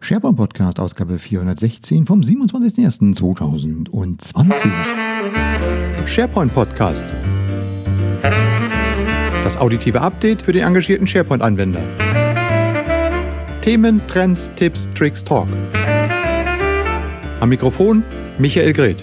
SharePoint Podcast, Ausgabe 416 vom 27.01.2020. SharePoint Podcast. Das auditive Update für den engagierten SharePoint-Anwender. Themen, Trends, Tipps, Tricks, Talk. Am Mikrofon Michael Greth.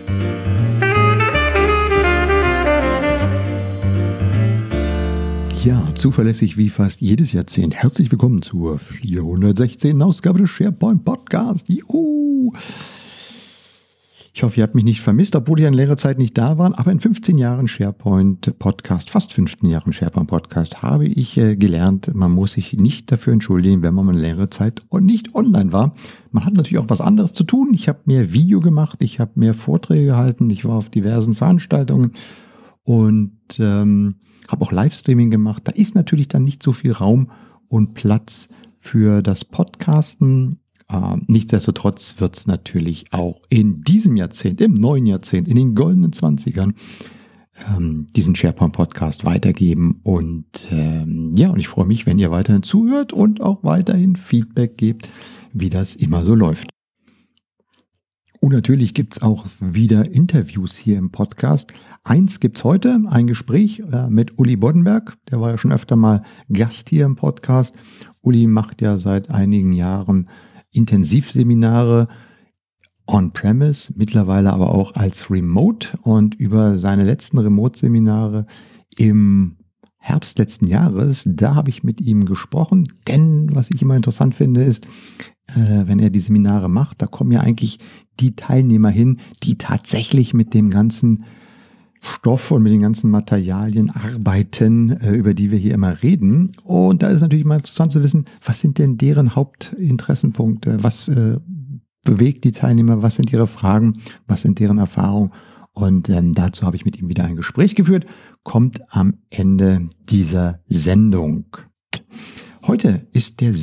Ja, zuverlässig wie fast jedes Jahrzehnt. Herzlich willkommen zur 416. Ausgabe des SharePoint Podcast. Juhu! Ich hoffe, ihr habt mich nicht vermisst, obwohl ihr in längerer Zeit nicht da waren. Aber in 15 Jahren SharePoint Podcast, fast 15 Jahren SharePoint Podcast, habe ich gelernt, man muss sich nicht dafür entschuldigen, wenn man eine längere Zeit nicht online war. Man hat natürlich auch was anderes zu tun. Ich habe mehr Video gemacht, ich habe mehr Vorträge gehalten, ich war auf diversen Veranstaltungen und habe auch Livestreaming gemacht. Da ist natürlich dann nicht so viel Raum und Platz für das Podcasten. Nichtsdestotrotz wird es natürlich auch in diesem Jahrzehnt, im neuen Jahrzehnt, in den goldenen 20ern diesen SharePoint-Podcast weitergeben. Und und ich freue mich, wenn ihr weiterhin zuhört und auch weiterhin Feedback gebt, wie das immer so läuft. Und natürlich gibt es auch wieder Interviews hier im Podcast. Eins gibt es heute, ein Gespräch mit Uli Boddenberg. Der war ja schon öfter mal Gast hier im Podcast. Uli macht ja seit einigen Jahren Intensivseminare on-premise, mittlerweile aber auch als Remote. Und über seine letzten Remote-Seminare im Herbst letzten Jahres, da habe ich mit ihm gesprochen. Denn was ich immer interessant finde, ist, wenn er die Seminare macht, da kommen ja eigentlich die Teilnehmer hin, die tatsächlich mit dem ganzen Stoff und mit den ganzen Materialien arbeiten, über die wir hier immer reden. Und da ist natürlich mal interessant zu wissen, was sind denn deren Hauptinteressenpunkte? Was bewegt die Teilnehmer? Was sind ihre Fragen? Was sind deren Erfahrungen? Und dazu habe ich mit ihm wieder ein Gespräch geführt. Kommt am Ende dieser Sendung. Heute ist der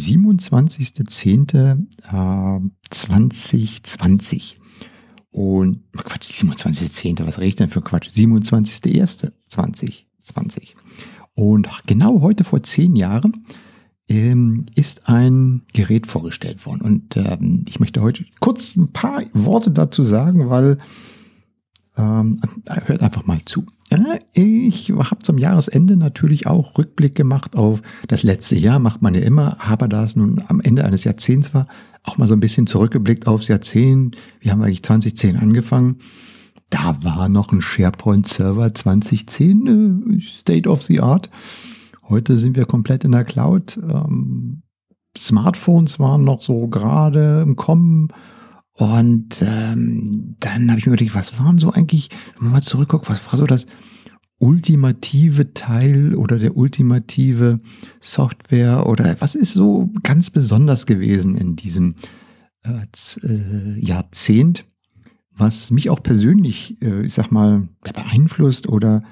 27.10.2020 und Quatsch, 27.10., was rede ich denn für Quatsch? 27.01.2020. Und genau heute vor 10 Jahren ist ein Gerät vorgestellt worden. Und ich möchte heute kurz ein paar Worte dazu sagen, weil hört einfach mal zu. Ich habe zum Jahresende natürlich auch Rückblick gemacht auf das letzte Jahr, macht man ja immer, aber da es nun am Ende eines Jahrzehnts war, auch mal so ein bisschen zurückgeblickt aufs Jahrzehnt. Wir haben eigentlich 2010 angefangen. Da war noch ein SharePoint-Server 2010, State of the Art. Heute sind wir komplett in der Cloud. Smartphones waren noch so gerade im Kommen. Und dann habe ich mir gedacht, was waren so eigentlich, wenn man mal zurückguckt, was war so das ultimative Teil oder der ultimative Software oder was ist so ganz besonders gewesen in diesem Jahrzehnt, was mich auch persönlich, ich sag mal, beeinflusst oder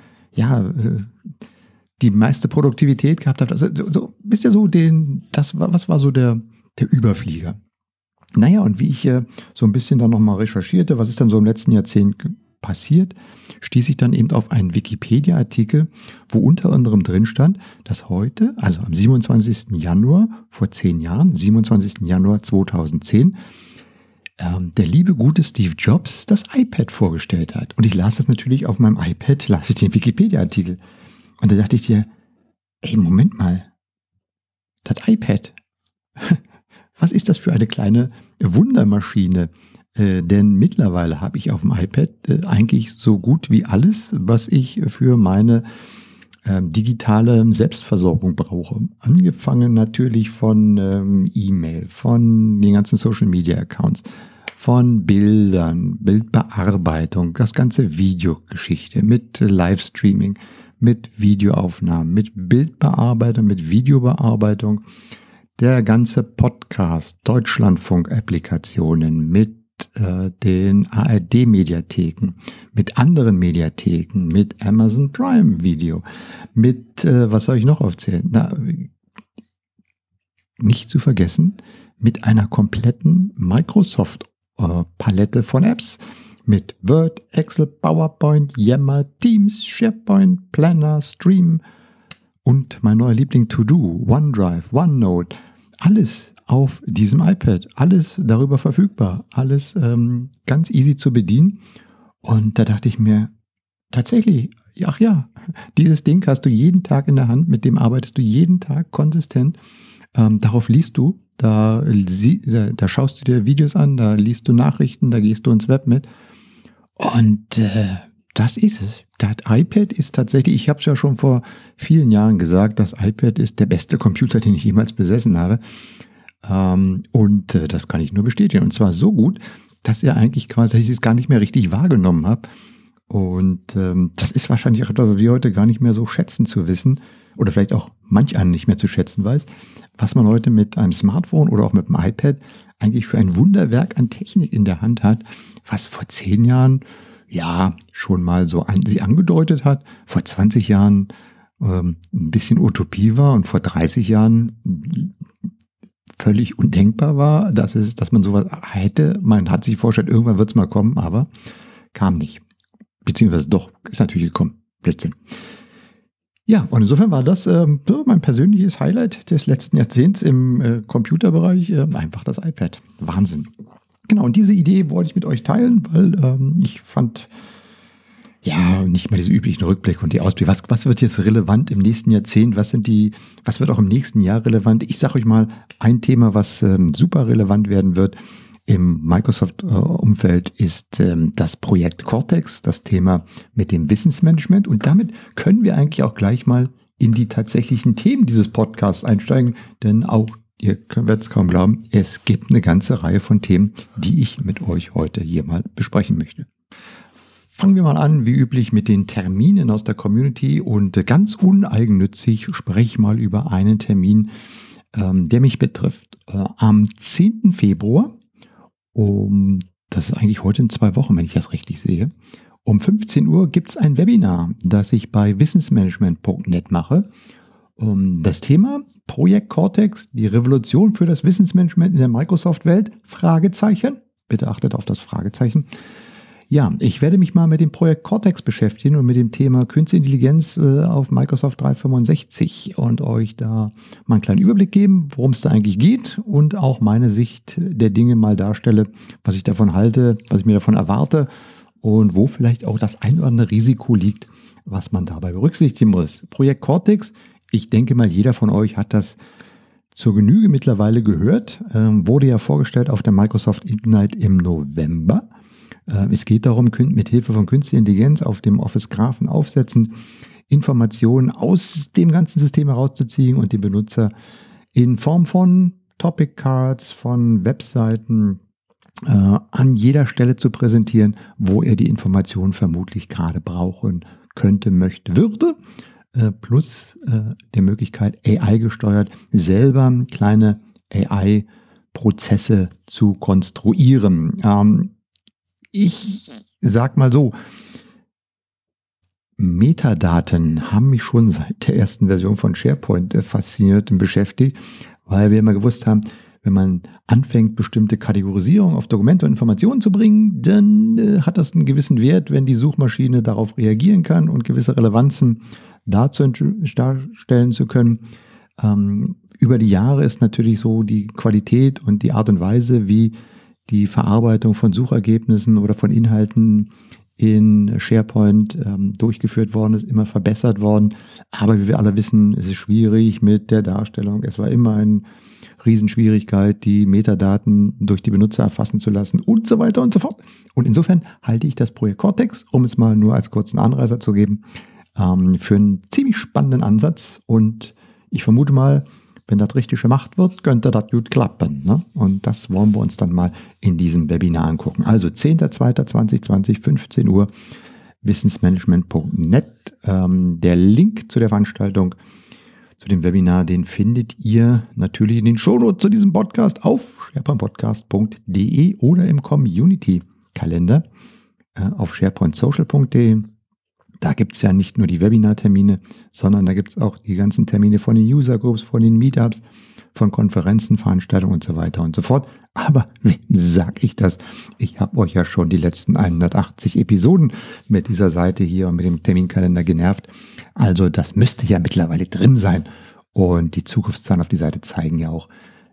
die meiste Produktivität gehabt hat. Also so, wisst ihr so, was war so der Überflieger? Naja, und wie ich so ein bisschen dann nochmal recherchierte, was ist dann so im letzten Jahrzehnt passiert, stieß ich dann eben auf einen Wikipedia-Artikel, wo unter anderem drin stand, dass heute, also am 27. Januar vor 10 Jahren, 27. Januar 2010, der liebe gute Steve Jobs das iPad vorgestellt hat. Und ich las das natürlich auf meinem iPad, las ich den Wikipedia-Artikel. Und da dachte ich dir, ey, Moment mal, das iPad, was ist das für eine kleine Wundermaschine? Denn mittlerweile habe ich auf dem iPad eigentlich so gut wie alles, was ich für meine digitale Selbstversorgung brauche. Angefangen natürlich von E-Mail, von den ganzen Social-Media-Accounts, von Bildern, Bildbearbeitung, das ganze Videogeschichte mit Livestreaming, mit Videoaufnahmen, mit Bildbearbeitung, mit Videobearbeitung, der ganze Podcast, Deutschlandfunk-Applikationen mit den ARD-Mediatheken, mit anderen Mediatheken, mit Amazon Prime Video, mit, was soll ich noch aufzählen? Na, nicht zu vergessen, mit einer kompletten Microsoft-Palette von Apps, mit Word, Excel, PowerPoint, Yammer, Teams, SharePoint, Planner, Stream und mein neuer Liebling To-Do, OneDrive, OneNote, alles auf diesem iPad. Alles darüber verfügbar, alles ganz easy zu bedienen. Und da dachte ich mir, tatsächlich, ach ja, dieses Ding hast du jeden Tag in der Hand, mit dem arbeitest du jeden Tag konsistent. Darauf liest du, da schaust du dir Videos an, da liest du Nachrichten, da gehst du ins Web mit. Und das ist es. Das iPad ist tatsächlich, ich habe es ja schon vor vielen Jahren gesagt, das iPad ist der beste Computer, den ich jemals besessen habe. Das kann ich nur bestätigen. Und zwar so gut, dass dass ich es gar nicht mehr richtig wahrgenommen habe. Und das ist wahrscheinlich auch etwas, was wir heute gar nicht mehr so schätzen zu wissen, oder vielleicht auch manch einer nicht mehr zu schätzen weiß, was man heute mit einem Smartphone oder auch mit dem iPad eigentlich für ein Wunderwerk an Technik in der Hand hat, was vor 10 Jahren ja schon mal so sie angedeutet hat, vor 20 Jahren ein bisschen Utopie war und vor 30 Jahren völlig undenkbar war, dass man sowas hätte. Man hat sich vorgestellt, irgendwann wird es mal kommen, aber kam nicht. Beziehungsweise doch, ist natürlich gekommen. Blödsinn. Ja, und insofern war das mein persönliches Highlight des letzten Jahrzehnts im Computerbereich, einfach das iPad. Wahnsinn. Genau, und diese Idee wollte ich mit euch teilen, weil ich fand, ja, nicht mal diese üblichen Rückblicke und die Ausblicke. Was wird jetzt relevant im nächsten Jahrzehnt? Was wird auch im nächsten Jahr relevant? Ich sage euch mal ein Thema, was super relevant werden wird im Microsoft-Umfeld ist das Projekt Cortex, das Thema mit dem Wissensmanagement. Und damit können wir eigentlich auch gleich mal in die tatsächlichen Themen dieses Podcasts einsteigen, denn auch, ihr werdet es kaum glauben, es gibt eine ganze Reihe von Themen, die ich mit euch heute hier mal besprechen möchte. Fangen wir mal an, wie üblich, mit den Terminen aus der Community und ganz uneigennützig spreche ich mal über einen Termin, der mich betrifft. Am 10. Februar, das ist eigentlich heute in 2 Wochen, wenn ich das richtig sehe, um 15 Uhr gibt es ein Webinar, das ich bei wissensmanagement.net mache. Das Thema Projekt Cortex, die Revolution für das Wissensmanagement in der Microsoft-Welt, Fragezeichen. Bitte achtet auf das Fragezeichen. Ja, ich werde mich mal mit dem Projekt Cortex beschäftigen und mit dem Thema Künstliche Intelligenz auf Microsoft 365 und euch da mal einen kleinen Überblick geben, worum es da eigentlich geht und auch meine Sicht der Dinge mal darstelle, was ich davon halte, was ich mir davon erwarte und wo vielleicht auch das ein oder andere Risiko liegt, was man dabei berücksichtigen muss. Projekt Cortex, ich denke mal, jeder von euch hat das zur Genüge mittlerweile gehört, wurde ja vorgestellt auf der Microsoft Ignite im November. Es geht darum, mit Hilfe von künstlicher Intelligenz auf dem Office Graphen aufsetzen, Informationen aus dem ganzen System herauszuziehen und den Benutzer in Form von Topic Cards, von Webseiten an jeder Stelle zu präsentieren, wo er die Informationen vermutlich gerade brauchen könnte, möchte, würde. Plus der Möglichkeit, AI-gesteuert selber kleine AI-Prozesse zu konstruieren. Ich sag mal so, Metadaten haben mich schon seit der ersten Version von SharePoint fasziniert und beschäftigt, weil wir immer gewusst haben, wenn man anfängt, bestimmte Kategorisierung auf Dokumente und Informationen zu bringen, dann hat das einen gewissen Wert, wenn die Suchmaschine darauf reagieren kann und gewisse Relevanzen darstellen zu können. Über die Jahre ist natürlich so die Qualität und die Art und Weise, wie die Verarbeitung von Suchergebnissen oder von Inhalten in SharePoint durchgeführt worden ist, immer verbessert worden. Aber wie wir alle wissen, ist es schwierig mit der Darstellung. Es war immer eine Riesenschwierigkeit, die Metadaten durch die Benutzer erfassen zu lassen und so weiter und so fort. Und insofern halte ich das Projekt Cortex, um es mal nur als kurzen Anreißer zu geben, für einen ziemlich spannenden Ansatz. Und ich vermute mal, wenn das richtig gemacht wird, könnte das gut klappen. Ne? Und das wollen wir uns dann mal in diesem Webinar angucken. Also 10.02.2020, 15 Uhr, wissensmanagement.net. Der Link zu der Veranstaltung, zu dem Webinar, den findet ihr natürlich in den Shownotes zu diesem Podcast auf sharepointpodcast.de oder im Community-Kalender auf sharepointsocial.de. Da gibt es ja nicht nur die Webinar-Termine, sondern da gibt es auch die ganzen Termine von den User-Groups, von den Meetups, von Konferenzen, Veranstaltungen und so weiter und so fort. Aber wem sag ich das? Ich habe euch ja schon die letzten 180 Episoden mit dieser Seite hier und mit dem Terminkalender genervt. Also das müsste ja mittlerweile drin sein. Und die Zugriffszahlen auf die Seite zeigen ja auch,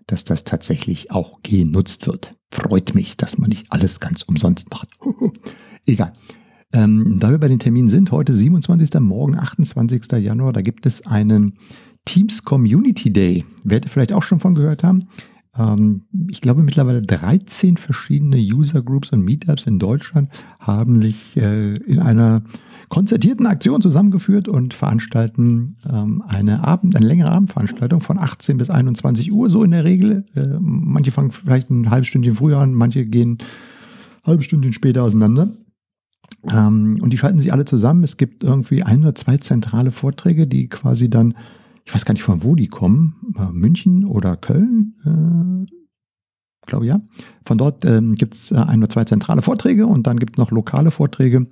dass das tatsächlich auch genutzt wird. Freut mich, dass man nicht alles ganz umsonst macht. Egal. Da wir bei den Terminen sind, heute 27., morgen 28. Januar, da gibt es einen Teams Community Day. Werdet ihr vielleicht auch schon von gehört haben. Ich glaube, mittlerweile 13 verschiedene User Groups und Meetups in Deutschland haben sich in einer konzertierten Aktion zusammengeführt und veranstalten eine längere Abendveranstaltung von 18 bis 21 Uhr, so in der Regel. Manche fangen vielleicht ein halbes Stündchen früher an, manche gehen ein halbes Stündchen später auseinander. Und die schalten sich alle zusammen. Es gibt irgendwie 1 oder 2 zentrale Vorträge, die quasi dann, ich weiß gar nicht, von wo die kommen, München oder Köln, glaube ja. Von dort gibt es 1 oder 2 zentrale Vorträge und dann gibt es noch lokale Vorträge.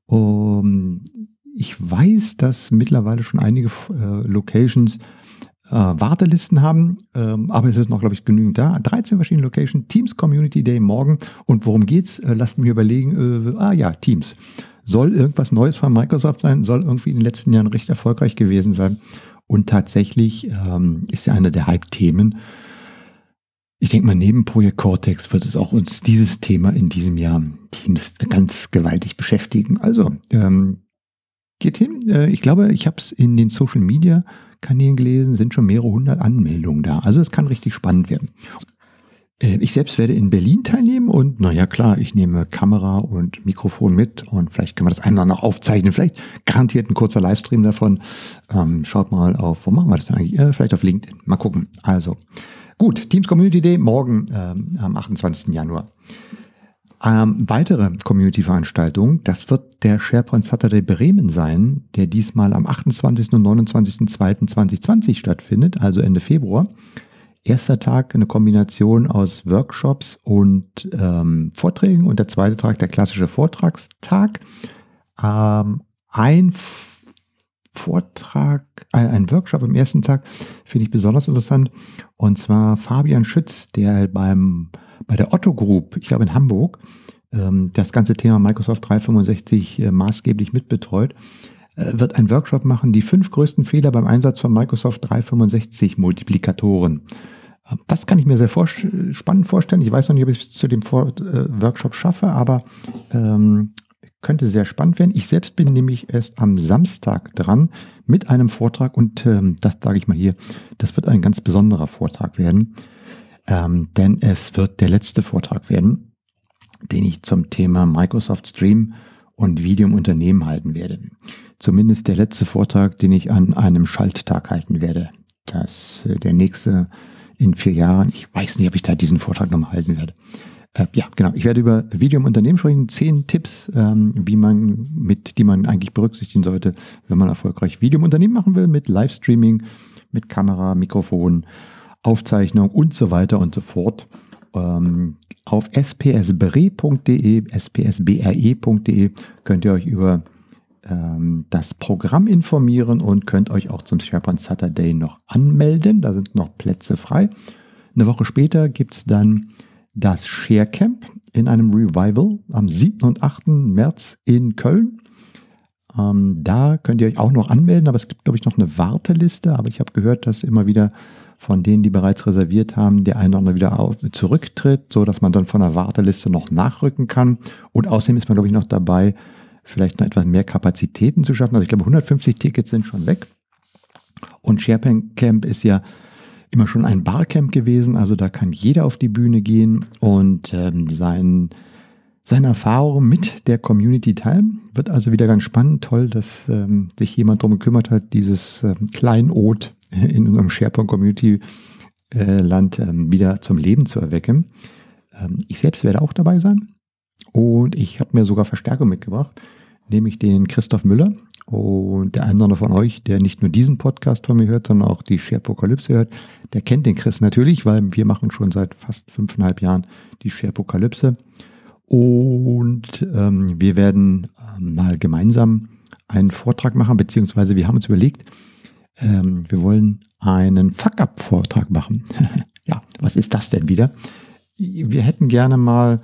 Ich weiß, dass mittlerweile schon einige Locations Wartelisten haben, aber es ist noch, glaube ich, genügend da. 13 verschiedene Locations, Teams Community Day morgen. Und worum geht's? Lasst mich überlegen. Teams. Soll irgendwas Neues von Microsoft sein? Soll irgendwie in den letzten Jahren recht erfolgreich gewesen sein? Und tatsächlich ist ja einer der Hype-Themen. Ich denke mal, neben Projekt Cortex wird es auch uns dieses Thema in diesem Jahr Teams ganz gewaltig beschäftigen. Also, geht hin. Ich glaube, ich habe es in den Social Media Kanälen gelesen, sind schon mehrere 100 Anmeldungen da. Also es kann richtig spannend werden. Ich selbst werde in Berlin teilnehmen und naja klar, ich nehme Kamera und Mikrofon mit und vielleicht können wir das eine oder andere noch aufzeichnen. Vielleicht garantiert ein kurzer Livestream davon. Schaut mal auf, wo machen wir das denn eigentlich? Vielleicht auf LinkedIn. Mal gucken. Also gut, Teams Community Day morgen am 28. Januar. Weitere Community-Veranstaltung, das wird der SharePoint Saturday Bremen sein, der diesmal am 28. und 29.02.2020 stattfindet, also Ende Februar. Erster Tag eine Kombination aus Workshops und Vorträgen und der zweite Tag der klassische Vortragstag. Ein Workshop am ersten Tag finde ich besonders interessant und zwar Fabian Schütz, der bei der Otto Group, ich glaube in Hamburg, das ganze Thema Microsoft 365 maßgeblich mitbetreut, wird einen Workshop machen, die 5 größten Fehler beim Einsatz von Microsoft 365 Multiplikatoren. Das kann ich mir sehr spannend vorstellen. Ich weiß noch nicht, ob ich es zu dem Workshop schaffe, aber könnte sehr spannend werden. Ich selbst bin nämlich erst am Samstag dran mit einem Vortrag und das sage ich mal hier, das wird ein ganz besonderer Vortrag werden. Denn es wird der letzte Vortrag werden, den ich zum Thema Microsoft Stream und Video im Unternehmen halten werde. Zumindest der letzte Vortrag, den ich an einem Schalttag halten werde. Der nächste in 4 Jahren. Ich weiß nicht, ob ich da diesen Vortrag nochmal halten werde. Genau. Ich werde über Video im Unternehmen sprechen. 10 Tipps, die man eigentlich berücksichtigen sollte, wenn man erfolgreich Video im Unternehmen machen will, mit Livestreaming, mit Kamera, Mikrofon, Aufzeichnung und so weiter und so fort. Auf spsbre.de könnt ihr euch über das Programm informieren und könnt euch auch zum SharePoint Saturday noch anmelden. Da sind noch Plätze frei. Eine Woche später gibt es dann das ShareCamp in einem Revival am 7. und 8. März in Köln. Da könnt ihr euch auch noch anmelden, aber es gibt, glaube ich, noch eine Warteliste. Aber ich habe gehört, dass immer wieder von denen, die bereits reserviert haben, der eine oder andere wieder zurücktritt, sodass man dann von der Warteliste noch nachrücken kann. Und außerdem ist man, glaube ich, noch dabei, vielleicht noch etwas mehr Kapazitäten zu schaffen. Also ich glaube, 150 Tickets sind schon weg. Und ShareCamp ist ja immer schon ein Barcamp gewesen, also da kann jeder auf die Bühne gehen und seine Erfahrungen mit der Community teilen. Wird also wieder ganz spannend. Toll, dass sich jemand darum gekümmert hat, dieses Kleinod in unserem SharePoint-Community-Land wieder zum Leben zu erwecken. Ich selbst werde auch dabei sein und ich habe mir sogar Verstärkung mitgebracht, nämlich den Christoph Müller und der andere von euch, der nicht nur diesen Podcast von mir hört, sondern auch die SharePocalypse hört, der kennt den Chris natürlich, weil wir machen schon seit fast 5,5 Jahren die SharePocalypse und wir werden mal gemeinsam einen Vortrag machen, beziehungsweise wir haben uns überlegt, wir wollen einen Fuck-Up-Vortrag machen. Ja, was ist das denn wieder? Wir hätten gerne mal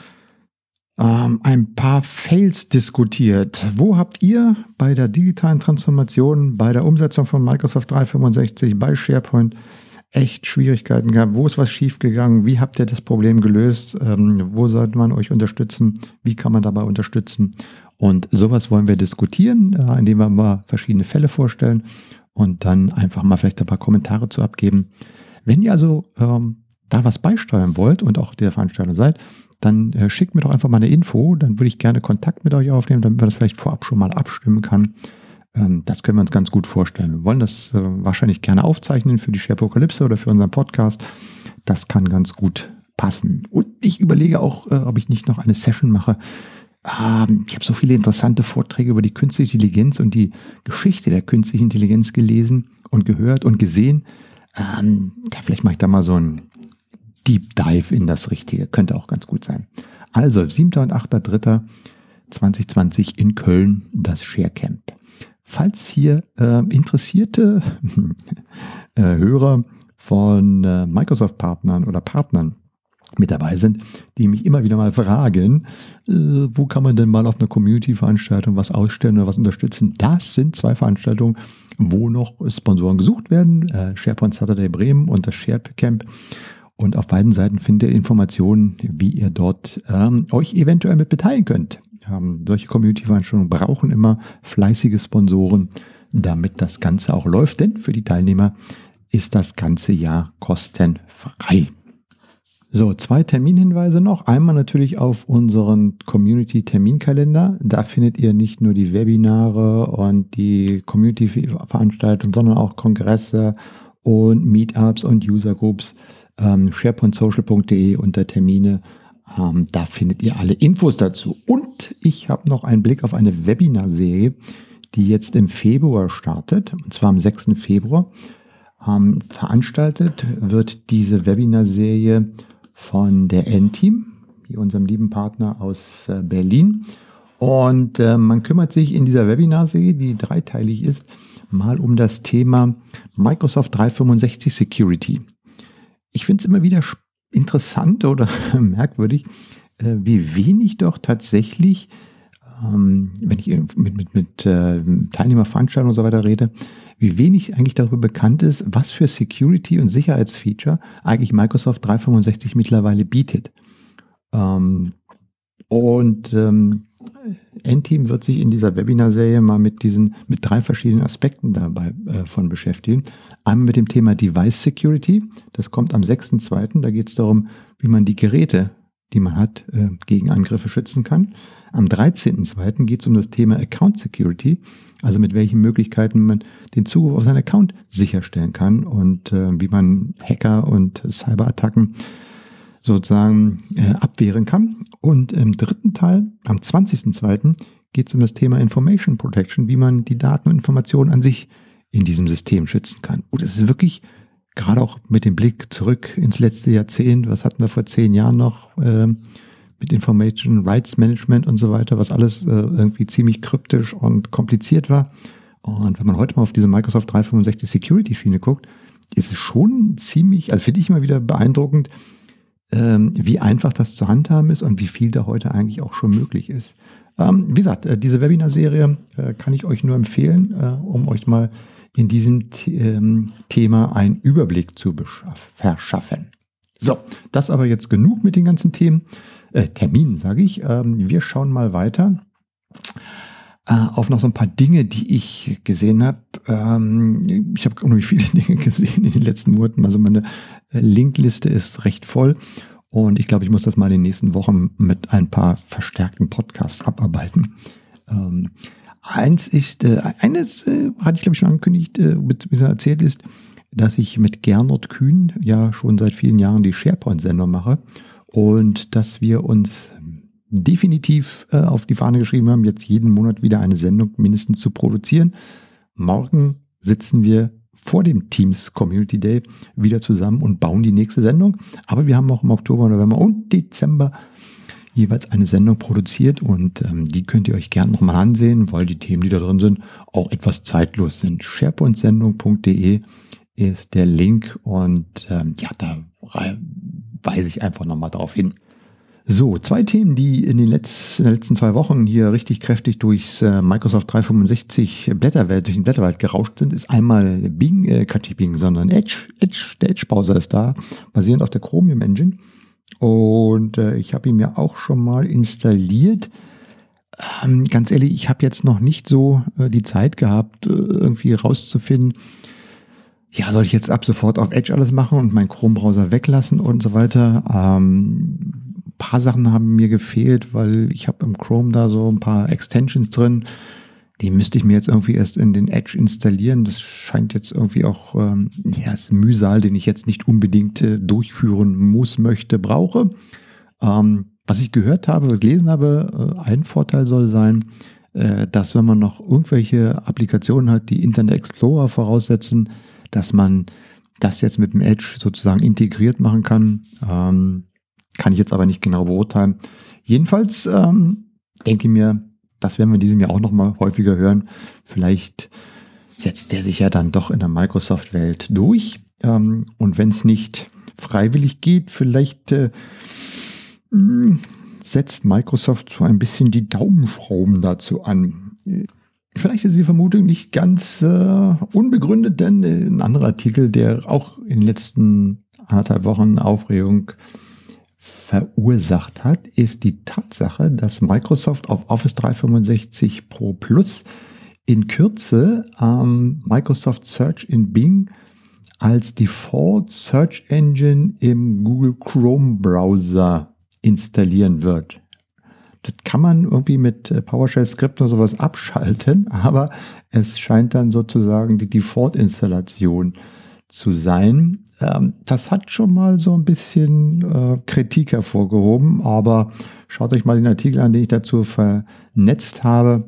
ein paar Fails diskutiert. Wo habt ihr bei der digitalen Transformation, bei der Umsetzung von Microsoft 365, bei SharePoint echt Schwierigkeiten gehabt? Wo ist was schiefgegangen? Wie habt ihr das Problem gelöst? Wo sollte man euch unterstützen? Wie kann man dabei unterstützen? Und sowas wollen wir diskutieren, indem wir mal verschiedene Fälle vorstellen und dann einfach mal vielleicht ein paar Kommentare zu abgeben. Wenn ihr also da was beisteuern wollt und auch der Veranstalter seid, dann schickt mir doch einfach mal eine Info. Dann würde ich gerne Kontakt mit euch aufnehmen, damit man das vielleicht vorab schon mal abstimmen kann. Das können wir uns ganz gut vorstellen. Wir wollen das wahrscheinlich gerne aufzeichnen für die Sharepokalypse oder für unseren Podcast. Das kann ganz gut passen. Und ich überlege auch, ob ich nicht noch eine Session mache. Ich habe so viele interessante Vorträge über die künstliche Intelligenz und die Geschichte der künstlichen Intelligenz gelesen und gehört und gesehen. Vielleicht mache ich da mal so einen Deep Dive in das Richtige. Könnte auch ganz gut sein. Also 7. und 8.3.2020 in Köln, das ShareCamp. Falls hier interessierte Hörer von Microsoft-Partnern oder Partnern mit dabei sind, die mich immer wieder mal fragen, wo kann man denn mal auf einer Community-Veranstaltung was ausstellen oder was unterstützen? Das sind 2 Veranstaltungen, wo noch Sponsoren gesucht werden. SharePoint Saturday Bremen und das ShareCamp. Und auf beiden Seiten findet ihr Informationen, wie ihr dort euch eventuell mit beteiligen könnt. Solche Community-Veranstaltungen brauchen immer fleißige Sponsoren, damit das Ganze auch läuft. Denn für die Teilnehmer ist das ganze Jahr kostenfrei. So, 2 Terminhinweise noch. Einmal natürlich auf unseren Community-Terminkalender. Da findet ihr nicht nur die Webinare und die Community-Veranstaltungen, sondern auch Kongresse und Meetups und User-Groups. SharePointSocial.de unter Termine. Da findet ihr alle Infos dazu. Und ich habe noch einen Blick auf eine Webinarserie, die jetzt im Februar startet, und zwar am 6. Februar. Veranstaltet wird diese Webinarserie von der N-Team, unserem lieben Partner aus Berlin. Und man kümmert sich in dieser Webinarserie, die dreiteilig ist, mal um das Thema Microsoft 365 Security. Ich finde es immer wieder interessant oder merkwürdig, wie wenig doch tatsächlich, wenn ich mit Teilnehmerveranstaltungen und so weiter rede, wie wenig eigentlich darüber bekannt ist, was für Security- und Sicherheitsfeature eigentlich Microsoft 365 mittlerweile bietet. N-Team wird sich in dieser Webinarserie mal mit 3 verschiedenen Aspekten dabei von beschäftigen. Einmal mit dem Thema Device Security. Das kommt am 6.2. Da geht es darum, wie man die Geräte, die man hat, gegen Angriffe schützen kann. Am 13.2. geht es um das Thema Account Security, also mit welchen Möglichkeiten man den Zugriff auf seinen Account sicherstellen kann und wie man Hacker und Cyberattacken sozusagen abwehren kann. Und im 3. Teil, am 20.02., geht es um das Thema Information Protection, wie man die Daten und Informationen an sich in diesem System schützen kann. Und es ist wirklich, gerade auch mit dem Blick zurück ins letzte Jahrzehnt, was hatten wir vor 10 Jahren noch mit Information Rights Management und so weiter, was alles irgendwie ziemlich kryptisch und kompliziert war. Und wenn man heute mal auf diese Microsoft 365 Security Schiene guckt, ist es schon ziemlich, also finde ich immer wieder beeindruckend, wie einfach das zu handhaben ist und wie viel da heute eigentlich auch schon möglich ist. Wie gesagt, diese Webinarserie kann ich euch nur empfehlen, um euch mal in diesem Thema einen Überblick zu verschaffen. So, das aber jetzt genug mit den ganzen Terminen, sage ich. Wir schauen mal weiter auf noch so ein paar Dinge, die ich gesehen habe. Ich habe unheimlich viele Dinge gesehen in den letzten Monaten. Also meine Linkliste ist recht voll. Und ich glaube, ich muss das mal in den nächsten Wochen mit ein paar verstärkten Podcasts abarbeiten. Eines hatte ich glaube ich schon angekündigt, beziehungsweise erzählt ist, dass ich mit Gernot Kühn ja schon seit vielen Jahren die SharePoint-Sendung mache und dass wir uns definitiv auf die Fahne geschrieben haben, jetzt jeden Monat wieder eine Sendung mindestens zu produzieren. Morgen sitzen wir vor dem Teams Community Day wieder zusammen und bauen die nächste Sendung. Aber wir haben auch im Oktober, November und Dezember jeweils eine Sendung produziert und die könnt ihr euch gerne nochmal ansehen, weil die Themen, die da drin sind, auch etwas zeitlos sind. SharePointsendung.de ist der Link und da weise ich einfach nochmal drauf hin. So, zwei Themen, die in den letzten 2 Wochen hier richtig kräftig durchs Microsoft 365 Blätterwelt, durch den Blätterwald gerauscht sind, ist einmal Bing, nicht Bing, sondern Edge. Der Edge-Browser ist da, basierend auf der Chromium Engine. Und ich habe ihn mir auch schon mal installiert. Ganz ehrlich, ich habe jetzt noch nicht so die Zeit gehabt, irgendwie rauszufinden, ja, soll ich jetzt ab sofort auf Edge alles machen und meinen Chrome-Browser weglassen und so weiter. Paar Sachen haben mir gefehlt, weil ich habe im Chrome da so ein paar Extensions drin. Die müsste ich mir jetzt irgendwie erst in den Edge installieren. Das scheint jetzt irgendwie auch, ist ein Mühsal, den ich jetzt nicht unbedingt durchführen brauche. Was ich gehört habe, gelesen habe, ein Vorteil soll sein, dass wenn man noch irgendwelche Applikationen hat, die Internet Explorer voraussetzen, dass man das jetzt mit dem Edge sozusagen integriert machen kann. Kann ich jetzt aber nicht genau beurteilen. Jedenfalls denke ich mir, das werden wir in diesem Jahr auch noch mal häufiger hören. Vielleicht setzt der sich ja dann doch in der Microsoft-Welt durch. Und wenn es nicht freiwillig geht, vielleicht setzt Microsoft so ein bisschen die Daumenschrauben dazu an. Vielleicht ist die Vermutung nicht ganz unbegründet, denn ein anderer Artikel, der auch in den letzten 1,5 Wochen Aufregung verursacht hat, ist die Tatsache, dass Microsoft auf Office 365 Pro Plus in Kürze Microsoft Search in Bing als Default Search Engine im Google Chrome Browser installieren wird. Das kann man irgendwie mit PowerShell-Skripten oder sowas abschalten, aber es scheint dann sozusagen die Default-Installation zu sein. Das hat schon mal so ein bisschen Kritik hervorgehoben, aber schaut euch mal den Artikel an, den ich dazu vernetzt habe,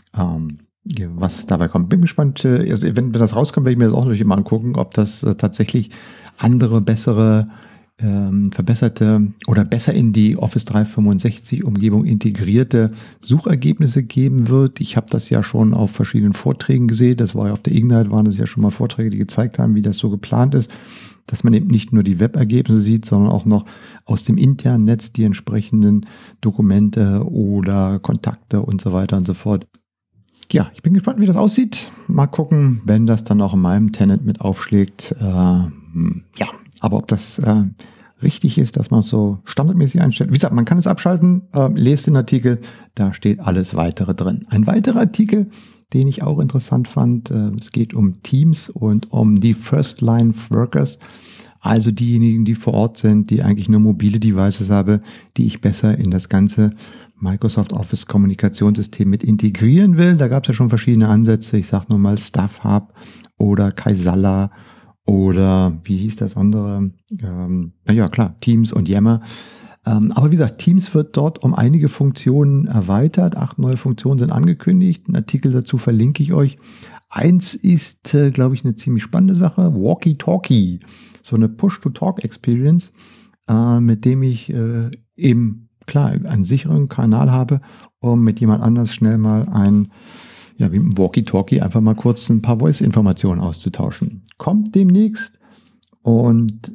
was dabei kommt. Bin gespannt, wenn das rauskommt, werde ich mir das auch natürlich mal angucken, ob das tatsächlich andere, bessere, verbesserte oder besser in die Office 365 Umgebung integrierte Suchergebnisse geben wird. Ich habe das ja schon auf verschiedenen Vorträgen gesehen. Das war ja auf der Ignite, waren das ja schon mal Vorträge, die gezeigt haben, wie das so geplant ist, dass man eben nicht nur die Webergebnisse sieht, sondern auch noch aus dem internen Netz die entsprechenden Dokumente oder Kontakte und so weiter und so fort. Ja, ich bin gespannt, wie das aussieht. Mal gucken, wenn das dann auch in meinem Tenant mit aufschlägt. Aber ob das richtig ist, dass man es so standardmäßig einstellt. Wie gesagt, man kann es abschalten, lest den Artikel, da steht alles weitere drin. Ein weiterer Artikel, den ich auch interessant fand, es geht um Teams und um die First Line Workers, also diejenigen, die vor Ort sind, die eigentlich nur mobile Devices haben, die ich besser in das ganze Microsoft Office Kommunikationssystem mit integrieren will. Da gab es ja schon verschiedene Ansätze. Ich sage nur mal Stuff Hub oder Kaisala oder wie hieß das andere? Teams und Yammer. Aber wie gesagt, Teams wird dort um einige Funktionen erweitert. 8 neue Funktionen sind angekündigt. Einen Artikel dazu verlinke ich euch. Eins ist, glaube ich, eine ziemlich spannende Sache. Walkie-Talkie. So eine Push-to-Talk-Experience, mit dem ich eben, klar, einen sicheren Kanal habe, um mit jemand anders schnell mal wie ein Walkie-Talkie einfach mal kurz ein paar Voice-Informationen auszutauschen. Kommt demnächst und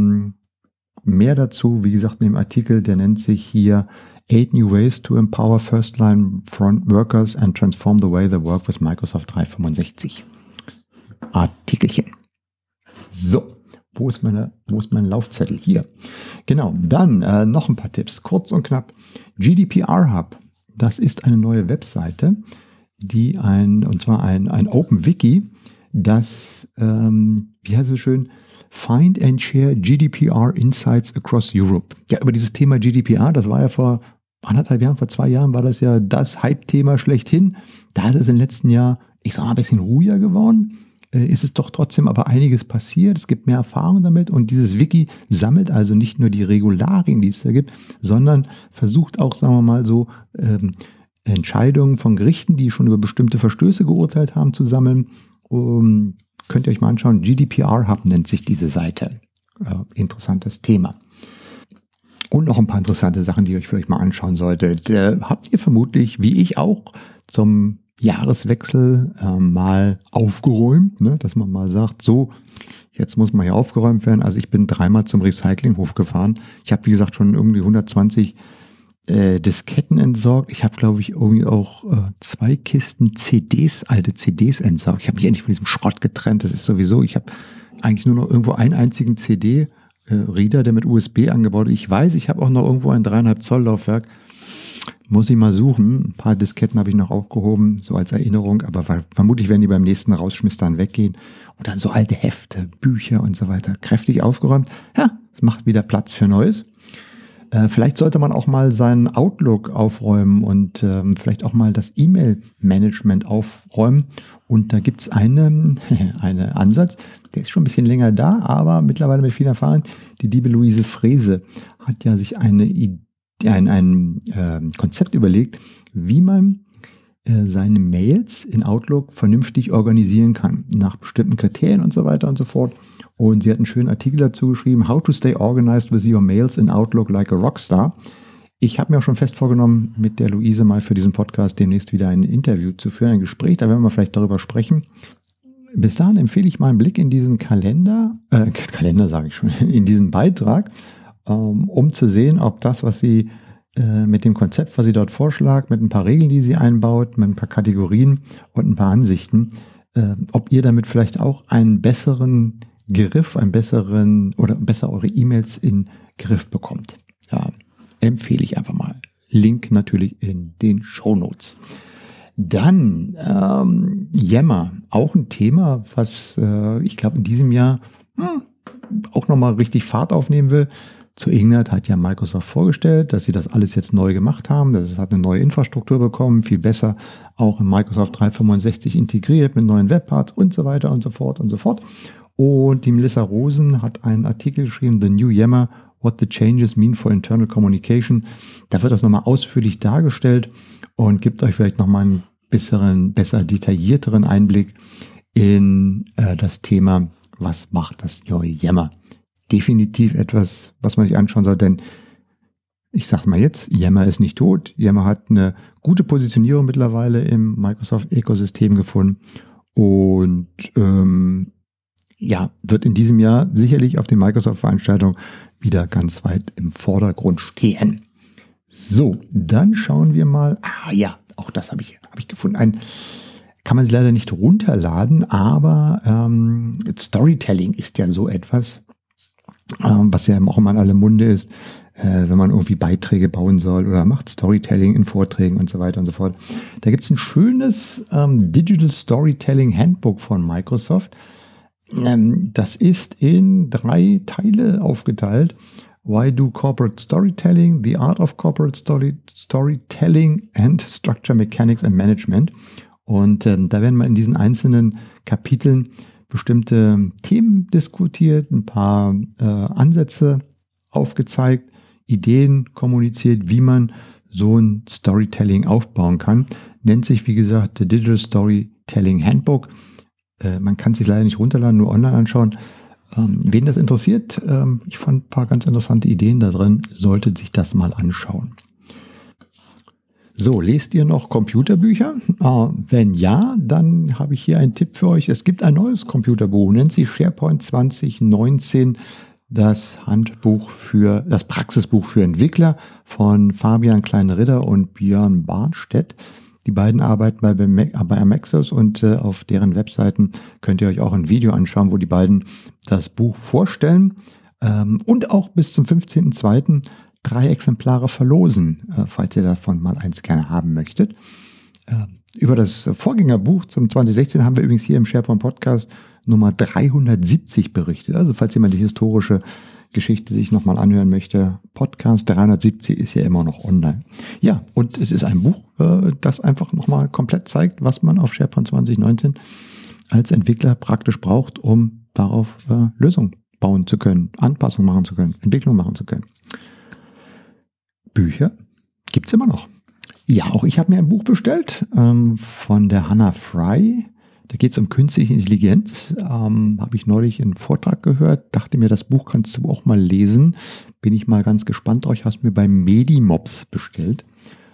mehr dazu, wie gesagt, in dem Artikel, der nennt sich hier 8 New Ways to Empower First-Line Front Workers and Transform the Way They Work with Microsoft 365. Artikelchen. So, wo ist mein Laufzettel? Hier. Genau, dann noch ein paar Tipps, kurz und knapp. GDPR Hub, das ist eine neue Webseite, die ein Open Wiki, das, wie heißt es schön, Find and Share GDPR Insights Across Europe. Ja, über dieses Thema GDPR, das war ja vor 1,5 Jahren, vor 2 Jahren war das ja das Hype-Thema schlechthin. Da ist es im letzten Jahr, ich sag mal, ein bisschen ruhiger geworden. Ist es doch trotzdem aber einiges passiert. Es gibt mehr Erfahrung damit und dieses Wiki sammelt also nicht nur die Regularien, die es da gibt, sondern versucht auch, sagen wir mal so, Entscheidungen von Gerichten, die schon über bestimmte Verstöße geurteilt haben, zu sammeln. Könnt ihr euch mal anschauen. GDPR Hub nennt sich diese Seite. Interessantes Thema. Und noch ein paar interessante Sachen, die ihr euch für euch mal anschauen solltet. Habt ihr vermutlich, wie ich auch, zum Jahreswechsel mal aufgeräumt, ne? Dass man mal sagt, so, Jetzt muss mal hier aufgeräumt werden. Also ich bin 3-mal zum Recyclinghof gefahren. Ich habe, wie gesagt, schon irgendwie 120 Disketten entsorgt. Ich habe, glaube ich, irgendwie auch 2 Kisten CDs, alte CDs entsorgt. Ich habe mich endlich von diesem Schrott getrennt. Das ist sowieso, ich habe eigentlich nur noch irgendwo einen einzigen CD-Reader, der mit USB angebaut ist. Ich weiß, ich habe auch noch irgendwo ein 3,5 Zoll Laufwerk. Muss ich mal suchen. Ein paar Disketten habe ich noch aufgehoben, so als Erinnerung, aber vermutlich werden die beim nächsten Rausschmiss dann weggehen. Und dann so alte Hefte, Bücher und so weiter, kräftig aufgeräumt. Ja, es macht wieder Platz für Neues. Vielleicht sollte man auch mal seinen Outlook aufräumen und vielleicht auch mal das E-Mail-Management aufräumen. Und da gibt es einen Ansatz, der ist schon ein bisschen länger da, aber mittlerweile mit viel Erfahrung. Die liebe Luise Frese hat ja sich ein Konzept überlegt, wie man seine Mails in Outlook vernünftig organisieren kann, nach bestimmten Kriterien und so weiter und so fort. Und sie hat einen schönen Artikel dazu geschrieben, How to stay organized with your mails in Outlook like a Rockstar. Ich habe mir auch schon fest vorgenommen, mit der Luise mal für diesen Podcast demnächst wieder ein Interview zu führen, ein Gespräch, da werden wir vielleicht darüber sprechen. Bis dahin empfehle ich mal einen Blick in diesen Kalender sage ich schon, in diesen Beitrag, um zu sehen, ob das, was sie mit dem Konzept, was sie dort vorschlägt, mit ein paar Regeln, die sie einbaut, mit ein paar Kategorien und ein paar Ansichten, ob ihr damit vielleicht auch einen besseren Griff, besser eure E-Mails in Griff bekommt. Ja, empfehle ich einfach mal. Link natürlich in den Shownotes. Dann Yammer, auch ein Thema, was ich glaube in diesem Jahr auch nochmal richtig Fahrt aufnehmen will. Zu Ignat hat ja Microsoft vorgestellt, dass sie das alles jetzt neu gemacht haben. Das hat eine neue Infrastruktur bekommen, viel besser auch in Microsoft 365 integriert mit neuen Webparts und so weiter und so fort und so fort. Und die Melissa Rosen hat einen Artikel geschrieben, The New Yammer, What the Changes Mean for Internal Communication. Da wird das nochmal ausführlich dargestellt und gibt euch vielleicht nochmal einen besser detaillierteren Einblick in das Thema, was macht das neue Yammer. Definitiv etwas, was man sich anschauen soll, denn ich sage mal jetzt, Yammer ist nicht tot. Yammer hat eine gute Positionierung mittlerweile im Microsoft-Ökosystem gefunden und wird in diesem Jahr sicherlich auf den Microsoft-Veranstaltungen wieder ganz weit im Vordergrund stehen. So, dann schauen wir mal. Auch das habe ich gefunden. Kann man sich leider nicht runterladen, aber Storytelling ist ja so etwas, was ja auch immer in aller Munde ist, wenn man irgendwie Beiträge bauen soll oder macht Storytelling in Vorträgen und so weiter und so fort. Da gibt es ein schönes Digital Storytelling Handbook von Microsoft. Das ist in 3 Teile aufgeteilt. Why do Corporate Storytelling, The Art of Corporate Storytelling and Structure Mechanics and Management. Und da werden mal in diesen einzelnen Kapiteln bestimmte Themen diskutiert, ein paar Ansätze aufgezeigt, Ideen kommuniziert, wie man so ein Storytelling aufbauen kann. Nennt sich, wie gesagt, The Digital Storytelling Handbook. Man kann es sich leider nicht runterladen, nur online anschauen. Wen das interessiert, ich fand ein paar ganz interessante Ideen da drin, solltet sich das mal anschauen. So, lest ihr noch Computerbücher? Wenn ja, dann habe ich hier einen Tipp für euch. Es gibt ein neues Computerbuch, nennt sich SharePoint 2019, das Praxisbuch für Entwickler von Fabian Klein-Ritter und Björn Barnstedt. Die beiden arbeiten bei Amexus und auf deren Webseiten könnt ihr euch auch ein Video anschauen, wo die beiden das Buch vorstellen und auch bis zum 15.02. 3 Exemplare verlosen, falls ihr davon mal eins gerne haben möchtet. Über das Vorgängerbuch zum 2016 haben wir übrigens hier im SharePoint Podcast Nummer 370 berichtet. Also falls jemand die historische Geschichte sich nochmal anhören möchte, Podcast 370 ist ja immer noch online. Ja, und es ist ein Buch, das einfach nochmal komplett zeigt, was man auf SharePoint 2019 als Entwickler praktisch braucht, um darauf Lösungen bauen zu können, Anpassungen machen zu können, Entwicklung machen zu können. Bücher gibt es immer noch. Ja, auch ich habe mir ein Buch bestellt von der Hannah Fry. Da geht es um künstliche Intelligenz. Habe ich neulich einen Vortrag gehört. Dachte mir, das Buch kannst du auch mal lesen. Bin ich mal ganz gespannt drauf. Ich habe es mir bei Medimobs bestellt.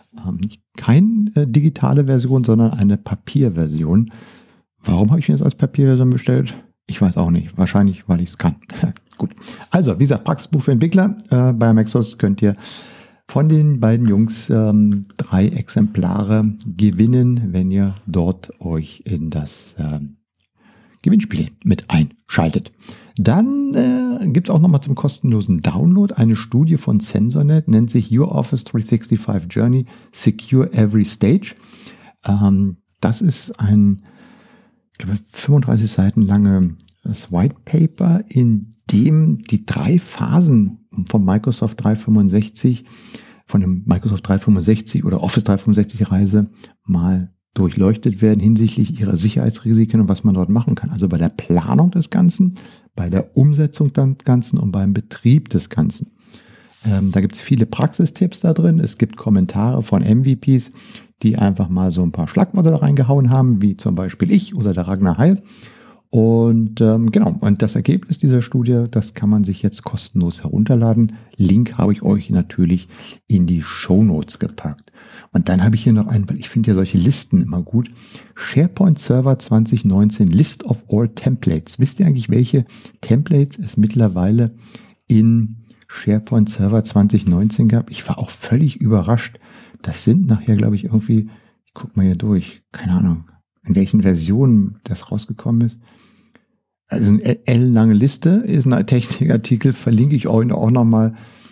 Keine digitale Version, sondern eine Papierversion. Warum habe ich mir das als Papierversion bestellt? Ich weiß auch nicht. Wahrscheinlich, weil ich es kann. Gut. Also, wie gesagt, Praxisbuch für Entwickler. Bei Maxos könnt ihr von den beiden Jungs 3 Exemplare gewinnen, wenn ihr dort euch in das Gewinnspiel mit einschaltet. Dann gibt es auch nochmal zum kostenlosen Download eine Studie von Sensornet, nennt sich Your Office 365 Journey, Secure Every Stage. Das ist ein, ich glaube, 35 Seiten langes White Paper, in dem die 3 Phasen von Microsoft 365, von dem Microsoft 365 oder Office 365 Reise mal durchleuchtet werden hinsichtlich ihrer Sicherheitsrisiken und was man dort machen kann. Also bei der Planung des Ganzen, bei der Umsetzung des Ganzen und beim Betrieb des Ganzen. Da gibt es viele Praxistipps da drin. Es gibt Kommentare von MVPs, die einfach mal so ein paar Schlagworte da reingehauen haben, wie zum Beispiel ich oder der Ragnar Heil. Und genau, und das Ergebnis dieser Studie, das kann man sich jetzt kostenlos herunterladen. Link habe ich euch natürlich in die Shownotes gepackt. Und dann habe ich hier noch einen, weil ich finde ja solche Listen immer gut. SharePoint Server 2019 List of All Templates. Wisst ihr eigentlich, welche Templates es mittlerweile in SharePoint Server 2019 gab? Ich war auch völlig überrascht. Das sind nachher, glaube ich, irgendwie, ich gucke mal hier durch, keine Ahnung, in welchen Versionen das rausgekommen ist. Also eine ellenlange Liste, ist ein Technikartikel, verlinke ich euch auch nochmal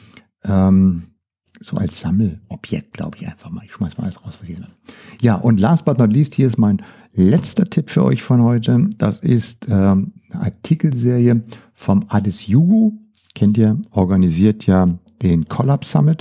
so als Sammelobjekt, glaube ich einfach mal. Ich schmeiß mal alles raus, was ich sage. Ja, und last but not least, hier ist mein letzter Tipp für euch von heute. Das ist eine Artikelserie vom Addis Yugu. Kennt ihr, organisiert ja den Collab Summit.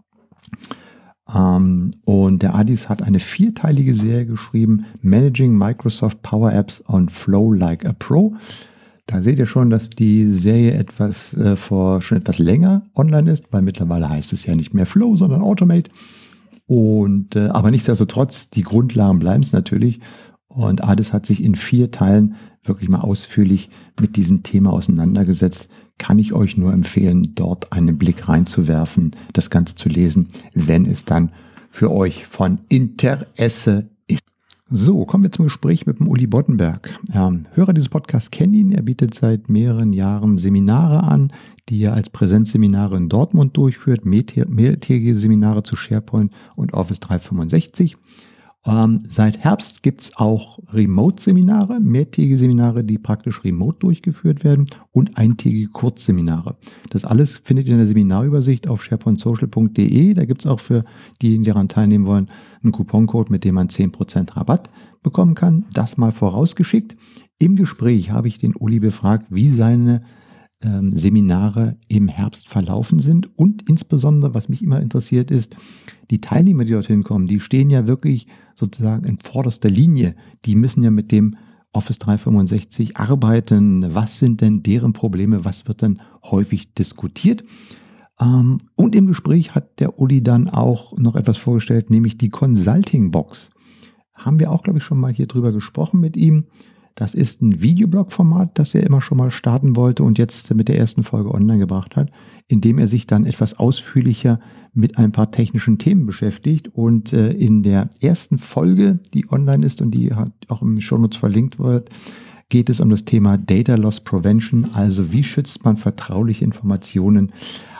Und der Addis hat eine 4-teilige Serie geschrieben, Managing Microsoft Power Apps on Flow Like a Pro. Da seht ihr schon, dass die Serie schon etwas länger online ist, weil mittlerweile heißt es ja nicht mehr Flow, sondern Automate. Und aber nichtsdestotrotz, die Grundlagen bleiben es natürlich. Und Addis hat sich in 4 Teilen wirklich mal ausführlich mit diesem Thema auseinandergesetzt. Kann ich euch nur empfehlen, dort einen Blick reinzuwerfen, das Ganze zu lesen, wenn es dann für euch von Interesse ist. So, kommen wir zum Gespräch mit dem Uli Boddenberg. Hörer dieses Podcasts kennen ihn. Er bietet seit mehreren Jahren Seminare an, die er als Präsenzseminare in Dortmund durchführt, mehrtägige Seminare zu SharePoint und Office 365. Seit Herbst gibt es auch Remote-Seminare, mehrtägige Seminare, die praktisch remote durchgeführt werden und eintägige Kurzseminare. Das alles findet ihr in der Seminarübersicht auf sharepointsocial.de. Da gibt es auch für diejenigen, die daran teilnehmen wollen, einen Couponcode, mit dem man 10% Rabatt bekommen kann. Das mal vorausgeschickt. Im Gespräch habe ich den Uli befragt, wie seine Seminare im Herbst verlaufen sind und insbesondere, was mich immer interessiert ist, die Teilnehmer, die dorthin kommen, die stehen ja wirklich sozusagen in vorderster Linie. Die müssen ja mit dem Office 365 arbeiten. Was sind denn deren Probleme? Was wird denn häufig diskutiert? Und im Gespräch hat der Uli dann auch noch etwas vorgestellt, nämlich die Consulting Box. Haben wir auch, glaube ich, schon mal hier drüber gesprochen mit ihm. Das ist ein Videoblog-Format, das er immer schon mal starten wollte und jetzt mit der ersten Folge online gebracht hat, in dem er sich dann etwas ausführlicher mit ein paar technischen Themen beschäftigt. Und in der ersten Folge, die online ist und die auch im Shownotes verlinkt wird, geht es um das Thema Data Loss Prevention, also wie schützt man vertrauliche Informationen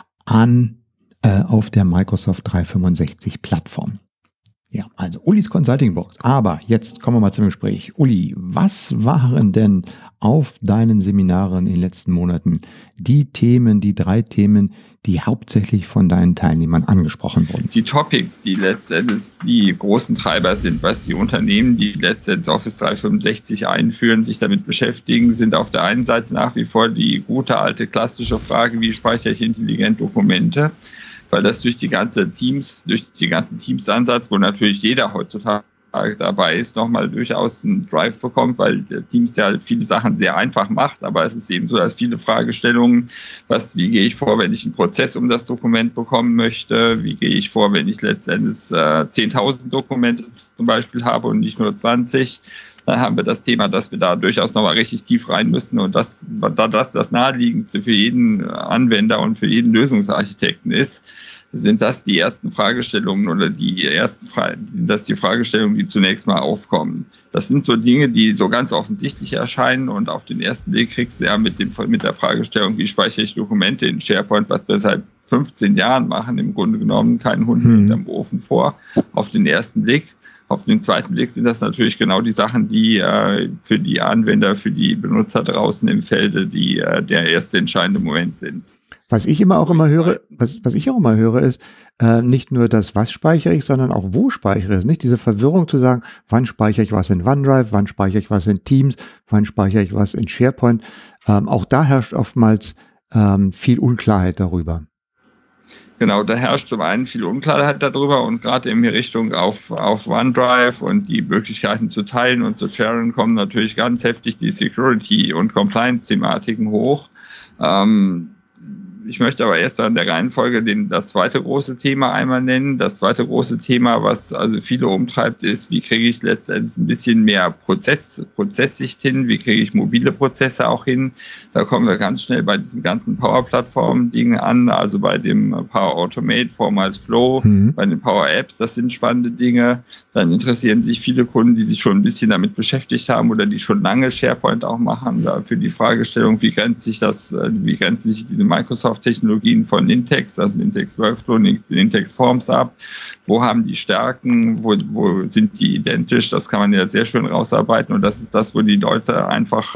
auf der Microsoft 365 Plattform. Ja, also Ulis Consulting Box. Aber jetzt kommen wir mal zum Gespräch. Uli, was waren denn auf deinen Seminaren in den letzten Monaten die 3 Themen, die hauptsächlich von deinen Teilnehmern angesprochen wurden? Die Topics, die letztendlich die großen Treiber sind, was die Unternehmen, die letztendlich Office 365 einführen, sich damit beschäftigen, sind auf der einen Seite nach wie vor die gute alte klassische Frage, wie speichere ich intelligent Dokumente? Weil das durch die ganzen Teams-Ansatz, wo natürlich jeder heutzutage dabei ist, nochmal durchaus einen Drive bekommt, weil der Teams ja viele Sachen sehr einfach macht, aber es ist eben so, dass viele Fragestellungen, wie gehe ich vor, wenn ich einen Prozess um das Dokument bekommen möchte, wie gehe ich vor, wenn ich letztendlich 10.000 Dokumente zum Beispiel habe und nicht nur 20, dann haben wir das Thema, dass wir da durchaus nochmal richtig tief rein müssen und das naheliegendste für jeden Anwender und für jeden Lösungsarchitekten ist, sind das die ersten Fragestellungen oder die Fragestellungen, die zunächst mal aufkommen. Das sind so Dinge, die so ganz offensichtlich erscheinen und auf den ersten Blick kriegst du ja mit der Fragestellung, wie speichere ich Dokumente in SharePoint, was wir seit 15 Jahren machen, im Grunde genommen keinen Hund hinterm Ofen vor, auf den ersten Blick. Auf den zweiten Blick sind das natürlich genau die Sachen, die für die Anwender, für die Benutzer draußen im Felde der erste entscheidende Moment sind. Was ich auch immer höre, ist nicht nur das, was speichere ich, sondern auch wo speichere ich es. Nicht diese Verwirrung zu sagen, wann speichere ich was in OneDrive, wann speichere ich was in Teams, wann speichere ich was in SharePoint. Auch da herrscht oftmals viel Unklarheit darüber. Genau, da herrscht zum einen viel Unklarheit darüber und gerade in Richtung auf OneDrive und die Möglichkeiten zu teilen und zu sharen kommen natürlich ganz heftig die Security- und Compliance-Thematiken hoch. Ich möchte aber erst an der Reihenfolge das zweite große Thema einmal nennen. Das zweite große Thema, was also viele umtreibt, ist, wie kriege ich letztendlich ein bisschen mehr Prozesssicht hin, wie kriege ich mobile Prozesse auch hin. Da kommen wir ganz schnell bei diesem ganzen Power-Plattform-Ding an, also bei dem Power Automate, vormals Flow, bei den Power Apps, das sind spannende Dinge. Dann interessieren sich viele Kunden, die sich schon ein bisschen damit beschäftigt haben oder die schon lange SharePoint auch machen, für die Fragestellung, wie grenzt sich diese Microsoft-Technologien von Nintex, also Nintex Workflow, Nintex Forms ab, wo haben die Stärken, wo sind die identisch, das kann man ja sehr schön rausarbeiten und das ist das, wo die Leute einfach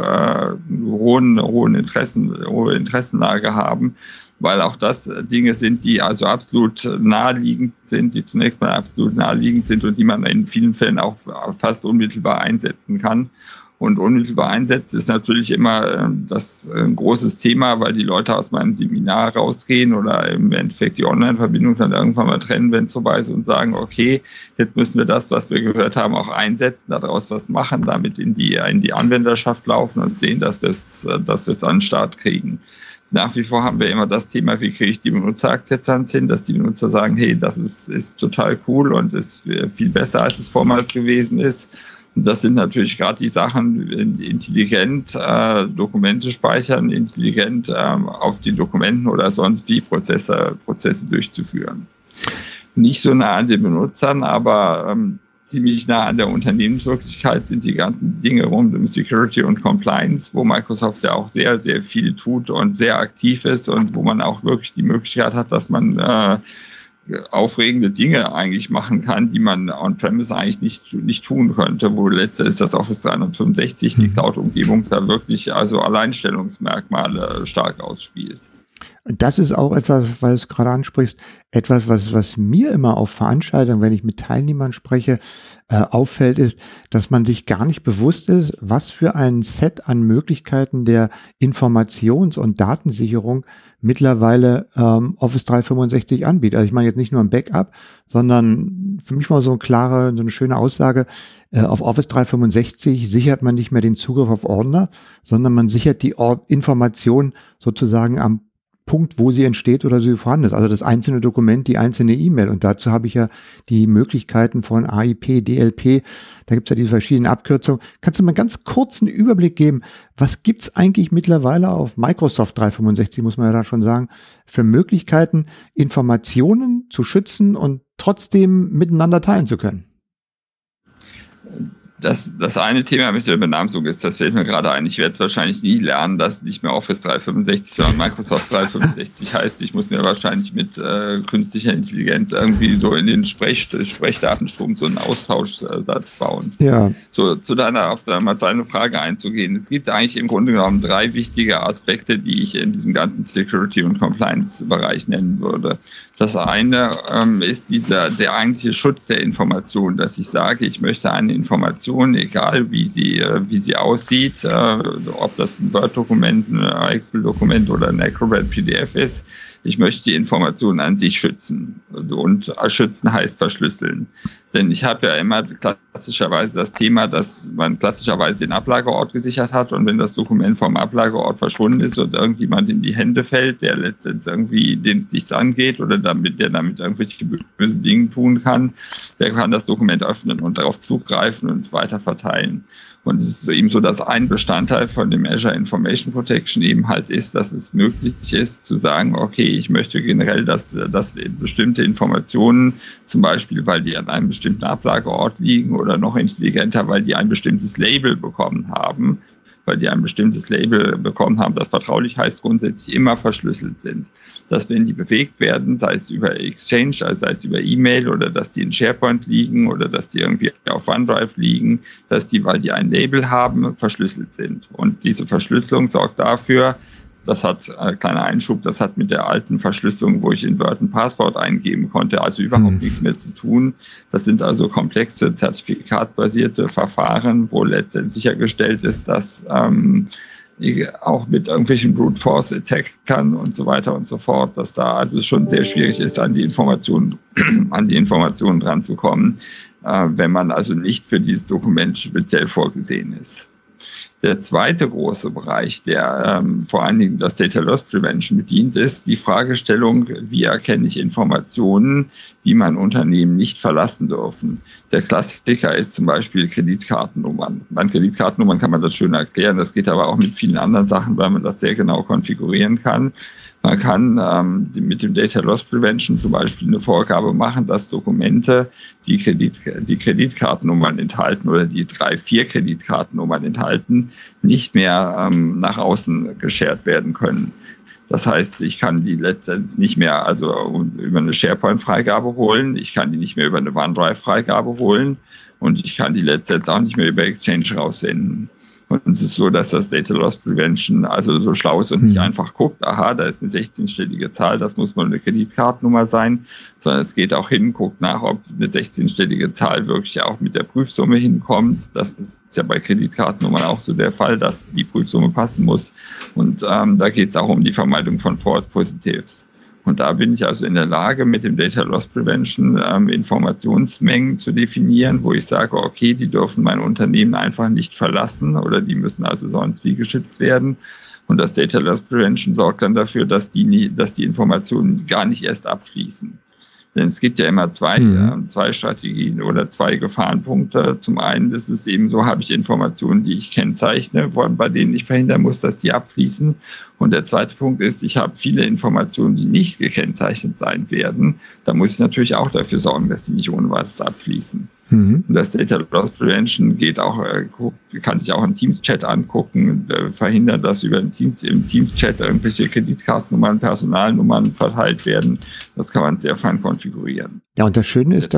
hohe Interessenlage haben, weil auch das Dinge sind, die also absolut naheliegend sind, die zunächst mal absolut naheliegend sind und die man in vielen Fällen auch fast unmittelbar einsetzen kann. Und unmittelbar einsetzen ist natürlich immer ein großes Thema, weil die Leute aus meinem Seminar rausgehen oder im Endeffekt die Online-Verbindung dann irgendwann mal trennen, wenn es vorbei ist und sagen, okay, jetzt müssen wir das, was wir gehört haben, auch einsetzen, daraus was machen, damit in die Anwenderschaft laufen und sehen, dass wir es an den Start kriegen. Nach wie vor haben wir immer das Thema, wie kriege ich die Benutzerakzeptanz hin, dass die Benutzer sagen, hey, das ist total cool und ist viel besser, als es vormals gewesen ist. Und das sind natürlich gerade die Sachen, intelligent Dokumente speichern, intelligent auf die Dokumenten oder sonst wie Prozesse durchzuführen. Nicht so nah an den Benutzern, aber ziemlich nah an der Unternehmenswirklichkeit sind die ganzen Dinge rund um Security und Compliance, wo Microsoft ja auch sehr, sehr viel tut und sehr aktiv ist und wo man auch wirklich die Möglichkeit hat, dass man aufregende Dinge eigentlich machen kann, die man on-premise eigentlich nicht tun könnte, wo letztendlich das Office 365, die Cloud-Umgebung, da wirklich also Alleinstellungsmerkmale stark ausspielt. Das ist auch etwas, weil du es gerade ansprichst, etwas, was mir immer auf Veranstaltungen, wenn ich mit Teilnehmern spreche, auffällt, ist, dass man sich gar nicht bewusst ist, was für ein Set an Möglichkeiten der Informations- und Datensicherung mittlerweile Office 365 anbietet. Also ich meine jetzt nicht nur ein Backup, sondern für mich mal so eine schöne Aussage, auf Office 365 sichert man nicht mehr den Zugriff auf Ordner, sondern man sichert die Information sozusagen am Punkt, wo sie entsteht oder sie vorhanden ist. Also das einzelne Dokument, die einzelne E-Mail. Und dazu habe ich ja die Möglichkeiten von AIP, DLP. Da gibt es ja diese verschiedenen Abkürzungen. Kannst du mal ganz kurz einen Überblick geben, was gibt es eigentlich mittlerweile auf Microsoft 365, muss man ja da schon sagen, für Möglichkeiten, Informationen zu schützen und trotzdem miteinander teilen zu können? Das eine Thema mit der Benamsung ist, das fällt mir gerade ein, ich werde es wahrscheinlich nie lernen, dass nicht mehr Office 365, sondern Microsoft 365 heißt. Ich muss mir wahrscheinlich mit künstlicher Intelligenz irgendwie so in den Sprechdatenstrom so einen Austauschsatz bauen. Ja. So auf deine Frage einzugehen. Es gibt eigentlich im Grunde genommen 3 wichtige Aspekte, die ich in diesem ganzen Security- und Compliance-Bereich nennen würde. Das eine ist der eigentliche Schutz der Information, dass ich sage, ich möchte eine Information, egal wie sie aussieht, ob das ein Word-Dokument, ein Excel-Dokument oder ein Acrobat PDF ist, ich möchte die Information an sich schützen. Und schützen heißt verschlüsseln. Denn ich habe ja immer klassischerweise das Thema, dass man klassischerweise den Ablageort gesichert hat und wenn das Dokument vom Ablageort verschwunden ist und irgendjemand in die Hände fällt, der letztendlich irgendwie dem nichts angeht oder der damit irgendwelche bösen Dinge tun kann, der kann das Dokument öffnen und darauf zugreifen und es weiter verteilen. Und es ist eben so, dass ein Bestandteil von dem Azure Information Protection eben halt ist, dass es möglich ist zu sagen, okay, ich möchte generell, dass bestimmte Informationen, zum Beispiel, weil die an einem bestimmten Ablageort liegen oder noch intelligenter, weil die ein bestimmtes Label bekommen haben, das vertraulich heißt, grundsätzlich immer verschlüsselt sind. Dass wenn die bewegt werden, sei es über Exchange, also sei es über E-Mail oder dass die in SharePoint liegen oder dass die irgendwie auf OneDrive liegen, dass die, weil die ein Label haben, verschlüsselt sind. Und diese Verschlüsselung sorgt dafür, das hat, kleiner Einschub, das hat mit der alten Verschlüsselung, wo ich in Word ein Passwort eingeben konnte, also überhaupt nichts mehr zu tun. Das sind also komplexe zertifikatsbasierte Verfahren, wo letztendlich sichergestellt ist, dass auch mit irgendwelchen Brute Force Attackern und so weiter und so fort, dass da also es schon sehr schwierig ist, an die Informationen dran zu kommen, wenn man also nicht für dieses Dokument speziell vorgesehen ist. Der zweite große Bereich, der vor allen Dingen das Data Loss Prevention bedient, ist die Fragestellung, wie erkenne ich Informationen, die mein Unternehmen nicht verlassen dürfen. Der Klassiker ist zum Beispiel Kreditkartennummern. Bei Kreditkartennummern kann man das schön erklären, das geht aber auch mit vielen anderen Sachen, weil man das sehr genau konfigurieren kann. Man kann mit dem Data Loss Prevention zum Beispiel eine Vorgabe machen, dass Dokumente, die Kreditkartennummern enthalten oder die 3-4 Kreditkartennummern enthalten, nicht mehr nach außen geshared werden können. Das heißt, ich kann die letztendlich nicht mehr über eine SharePoint-Freigabe holen, ich kann die nicht mehr über eine OneDrive-Freigabe holen und ich kann die letztendlich auch nicht mehr über Exchange raussenden. Und es ist so, dass das Data Loss Prevention also so schlau ist und nicht einfach guckt, aha, da ist eine 16-stellige Zahl, das muss mal eine Kreditkartennummer sein, sondern es geht auch hin, guckt nach, ob eine 16-stellige Zahl wirklich auch mit der Prüfsumme hinkommt. Das ist ja bei Kreditkartennummern auch so der Fall, dass die Prüfsumme passen muss. Und da geht es auch um die Vermeidung von False Positives. Und da bin ich also in der Lage, mit dem Data Loss Prevention Informationsmengen zu definieren, wo ich sage, okay, die dürfen mein Unternehmen einfach nicht verlassen oder die müssen also sonst wie geschützt werden. Und das Data Loss Prevention sorgt dann dafür, dass die Informationen gar nicht erst abfließen. Denn es gibt ja immer zwei Strategien oder zwei Gefahrenpunkte. Zum einen ist es eben so, habe ich Informationen, die ich kennzeichne, bei denen ich verhindern muss, dass die abfließen. Und der zweite Punkt ist, ich habe viele Informationen, die nicht gekennzeichnet sein werden. Da muss ich natürlich auch dafür sorgen, dass die nicht ohne weiteres abfließen. Und das Data Loss Prevention kann sich auch im Teams-Chat angucken, verhindert, dass im Teams-Chat irgendwelche Kreditkartennummern, Personalnummern verteilt werden. Das kann man sehr fein konfigurieren. Ja, und das Schöne ist,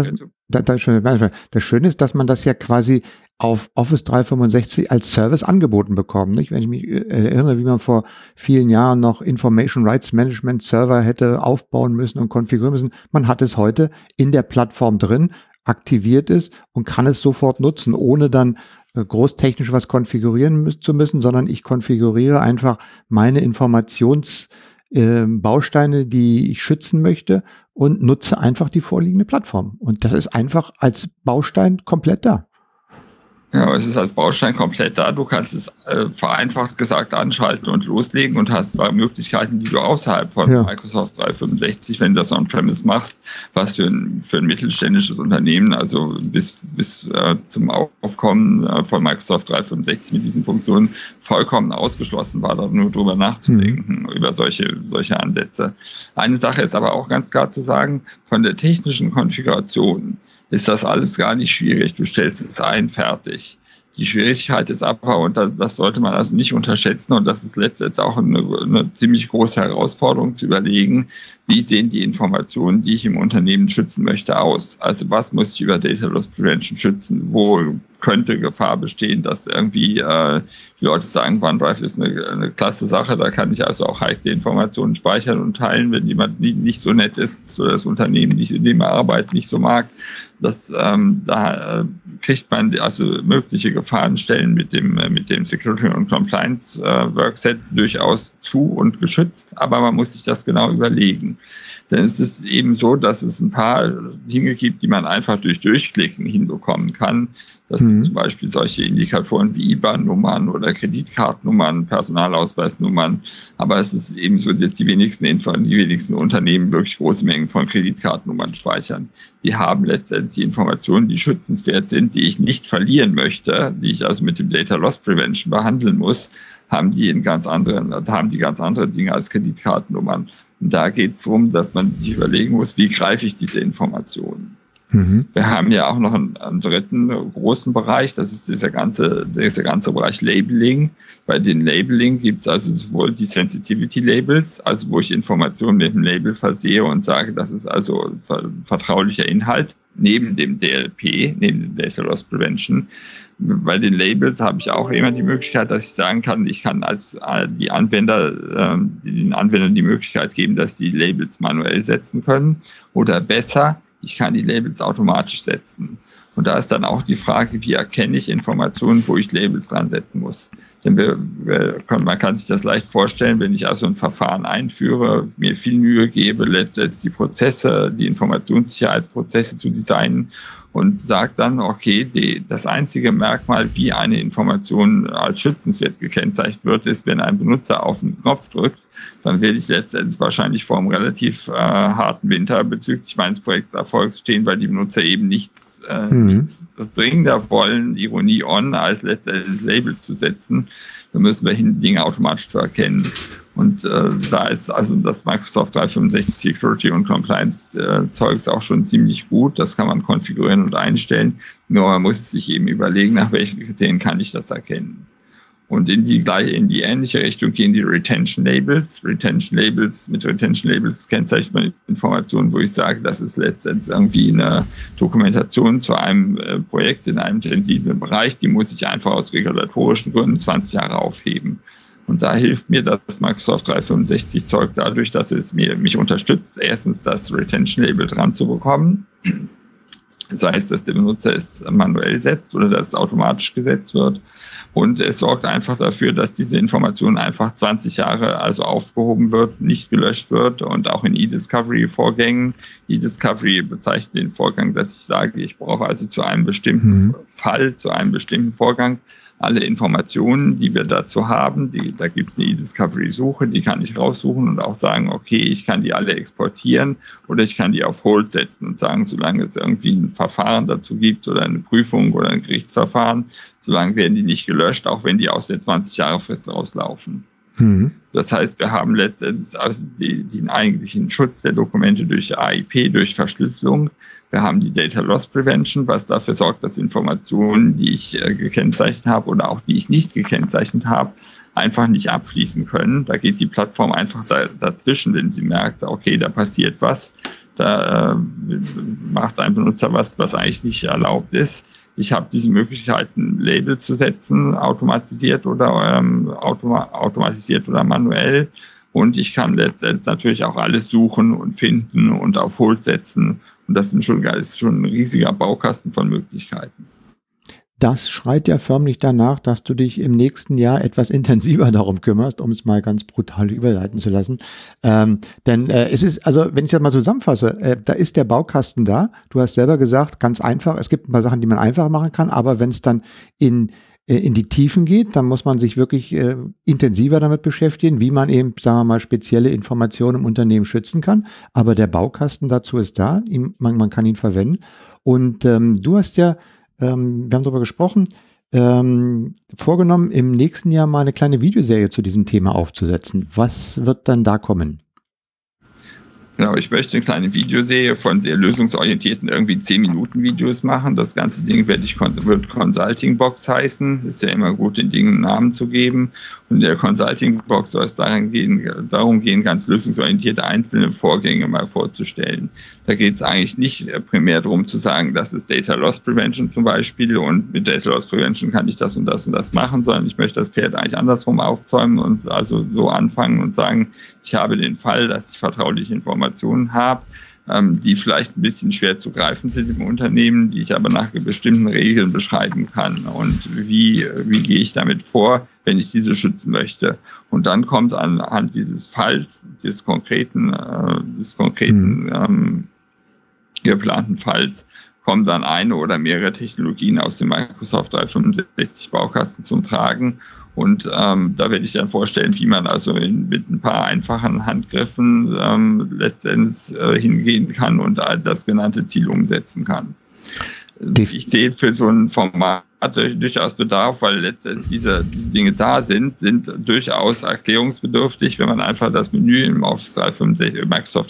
dass man das ja quasi auf Office 365 als Service angeboten bekommt. Nicht? Wenn ich mich erinnere, wie man vor vielen Jahren noch Information Rights Management Server hätte aufbauen müssen und konfigurieren müssen. Man hat es heute in der Plattform drin, aktiviert ist und kann es sofort nutzen, ohne dann großtechnisch was konfigurieren zu müssen, sondern ich konfiguriere einfach meine Informationsbausteine, die ich schützen möchte und nutze einfach die vorliegende Plattform. Und das ist einfach als Baustein komplett da. Ja, es ist als Baustein komplett da. Du kannst es vereinfacht gesagt anschalten und loslegen und hast Möglichkeiten, die du außerhalb von Microsoft 365, wenn du das on-premise machst, was für ein mittelständisches Unternehmen, also bis zum Aufkommen von Microsoft 365 mit diesen Funktionen vollkommen ausgeschlossen war, da nur drüber nachzudenken, über solche Ansätze. Eine Sache ist aber auch ganz klar zu sagen, von der technischen Konfiguration ist das alles gar nicht schwierig. Du stellst es ein, fertig. Die Schwierigkeit ist aber, und das sollte man also nicht unterschätzen, und das ist letztendlich auch eine ziemlich große Herausforderung zu überlegen, wie sehen die Informationen, die ich im Unternehmen schützen möchte, aus? Also was muss ich über Data Loss Prevention schützen? Wo könnte Gefahr bestehen, dass irgendwie die Leute sagen, OneDrive ist eine klasse Sache, da kann ich also auch heikle Informationen speichern und teilen, wenn jemand nicht so nett ist oder das Unternehmen, in dem er arbeitet, nicht so mag. Da kriegt man also mögliche Gefahrenstellen mit dem Security und Compliance Workset durchaus zu und geschützt, aber man muss sich das genau überlegen. Denn es ist eben so, dass es ein paar Dinge gibt, die man einfach durch Durchklicken hinbekommen kann. Das sind zum Beispiel solche Indikatoren wie IBAN-Nummern oder Kreditkartennummern, Personalausweisnummern. Aber es ist eben so, dass die wenigsten Unternehmen wirklich große Mengen von Kreditkartennummern speichern. Die haben letztendlich die Informationen, die schützenswert sind, die ich nicht verlieren möchte, die ich also mit dem Data Loss Prevention behandeln muss, haben die ganz andere Dinge als Kreditkartennummern. Und da geht es darum, dass man sich überlegen muss, wie greife ich diese Informationen. Wir haben ja auch noch einen dritten großen Bereich, das ist dieser ganze Bereich Labeling. Bei den Labeling gibt es also sowohl die Sensitivity Labels, also wo ich Informationen mit dem Label versehe und sage, das ist also vertraulicher Inhalt, neben dem DLP, neben dem Data Loss Prevention. Bei den Labels habe ich auch immer die Möglichkeit, dass ich sagen kann, ich kann den Anwendern die Möglichkeit geben, dass die Labels manuell setzen können oder besser, ich kann die Labels automatisch setzen. Und da ist dann auch die Frage, wie erkenne ich Informationen, wo ich Labels dran setzen muss. Denn man kann sich das leicht vorstellen, wenn ich also ein Verfahren einführe, mir viel Mühe gebe, letztendlich die Informationssicherheitsprozesse zu designen und sage dann, okay, das einzige Merkmal, wie eine Information als schützenswert gekennzeichnet wird, ist, wenn ein Benutzer auf einen Knopf drückt, dann werde ich letztendlich wahrscheinlich vor einem relativ harten Winter bezüglich meines Projektserfolgs stehen, weil die Benutzer eben nichts dringender wollen, Ironie on, als letztendlich Labels zu setzen. Da müssen wir hin, Dinge automatisch zu erkennen. Und da ist also das Microsoft 365 Security und Compliance Zeugs auch schon ziemlich gut. Das kann man konfigurieren und einstellen. Nur man muss sich eben überlegen, nach welchen Kriterien kann ich das erkennen. Und in die ähnliche Richtung gehen die Retention Labels. Mit Retention Labels kennzeichnet man Informationen, wo ich sage, das ist letztendlich irgendwie eine Dokumentation zu einem Projekt in einem sensiblen Bereich. Die muss ich einfach aus regulatorischen Gründen 20 Jahre aufheben. Und da hilft mir das Microsoft 365 Zeug dadurch, dass es mich unterstützt, erstens das Retention Label dran zu bekommen. Das heißt, dass der Benutzer es manuell setzt oder dass es automatisch gesetzt wird. Und es sorgt einfach dafür, dass diese Information einfach 20 Jahre also aufgehoben wird, nicht gelöscht wird und auch in E-Discovery-Vorgängen. E-Discovery bezeichnet den Vorgang, dass ich sage, ich brauche also zu einem bestimmten Fall, zu einem bestimmten Vorgang alle Informationen, die wir dazu haben. Da gibt es eine E-Discovery-Suche, die kann ich raussuchen und auch sagen, okay, ich kann die alle exportieren oder ich kann die auf Hold setzen und sagen, solange es irgendwie ein Verfahren dazu gibt oder eine Prüfung oder ein Gerichtsverfahren, solange werden die nicht gelöscht, auch wenn die aus der 20-Jahre-Frist rauslaufen. Das heißt, wir haben letztendlich also den eigentlichen Schutz der Dokumente durch AIP, durch Verschlüsselung. Wir haben die Data Loss Prevention, was dafür sorgt, dass Informationen, die ich gekennzeichnet habe oder auch die ich nicht gekennzeichnet habe, einfach nicht abfließen können. Da geht die Plattform einfach dazwischen, wenn sie merkt, okay, da passiert was, da macht ein Benutzer was eigentlich nicht erlaubt ist. Ich habe diese Möglichkeit, ein Label zu setzen, automatisiert oder manuell. Und ich kann letztendlich natürlich auch alles suchen und finden und auf Hold setzen. Und das ist schon ein riesiger Baukasten von Möglichkeiten. Das schreit ja förmlich danach, dass du dich im nächsten Jahr etwas intensiver darum kümmerst, um es mal ganz brutal überleiten zu lassen. Denn es ist, also wenn ich das mal zusammenfasse, da ist der Baukasten da. Du hast selber gesagt, ganz einfach, es gibt ein paar Sachen, die man einfach machen kann, aber wenn es dann in die Tiefen geht, dann muss man sich wirklich intensiver damit beschäftigen, wie man eben, sagen wir mal, spezielle Informationen im Unternehmen schützen kann. Aber der Baukasten dazu ist da, man kann ihn verwenden. Und du hast ja, wir haben darüber gesprochen, vorgenommen, im nächsten Jahr mal eine kleine Videoserie zu diesem Thema aufzusetzen. Was wird dann da kommen? Genau, ich möchte eine kleine Videoserie von sehr lösungsorientierten, irgendwie 10-Minuten-Videos machen. Das ganze Ding wird Consulting Box heißen. Ist ja immer gut, den Dingen einen Namen zu geben. Und in der Consulting Box soll es darum gehen, ganz lösungsorientierte einzelne Vorgänge mal vorzustellen. Da geht es eigentlich nicht primär darum zu sagen, das ist Data Loss Prevention zum Beispiel und mit Data Loss Prevention kann ich das und das und das machen, sondern ich möchte das Pferd eigentlich andersrum aufzäumen und also so anfangen und sagen, ich habe den Fall, dass ich vertrauliche Informationen habe. die vielleicht ein bisschen schwer zu greifen sind im Unternehmen, die ich aber nach bestimmten Regeln beschreiben kann. Und wie gehe ich damit vor, wenn ich diese schützen möchte? Und dann kommt anhand dieses Falls, des konkreten geplanten Falls, kommen dann eine oder mehrere Technologien aus dem Microsoft 365 Baukasten zum Tragen. Und da werde ich dann vorstellen, wie man also mit ein paar einfachen Handgriffen letztendlich hingehen kann und das genannte Ziel umsetzen kann. Ich sehe für so ein Format durchaus Bedarf, weil letztendlich diese Dinge da sind durchaus erklärungsbedürftig. Wenn man einfach das Menü im Microsoft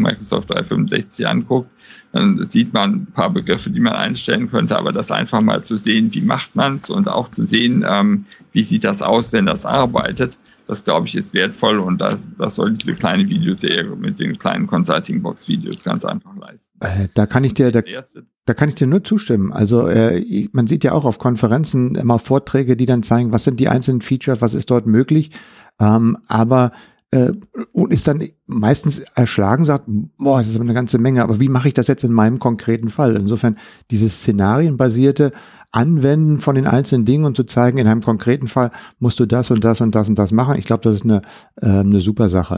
365 anguckt, dann sieht man ein paar Begriffe, die man einstellen könnte, aber das einfach mal zu sehen, wie macht man es und auch zu sehen, wie sieht das aus, wenn das arbeitet, das glaube ich ist wertvoll und das soll diese kleine Videoserie mit den kleinen Consulting-Box-Videos ganz einfach leisten. Da kann ich dir nur zustimmen. Also man sieht ja auch auf Konferenzen immer Vorträge, die dann zeigen, was sind die einzelnen Features, was ist dort möglich, aber und ist dann meistens erschlagen, sagt, boah, das ist aber eine ganze Menge, aber wie mache ich das jetzt in meinem konkreten Fall? Insofern dieses szenarienbasierte Anwenden von den einzelnen Dingen und zu zeigen, in einem konkreten Fall musst du das und das und das und das machen. Ich glaube, das ist eine super Sache.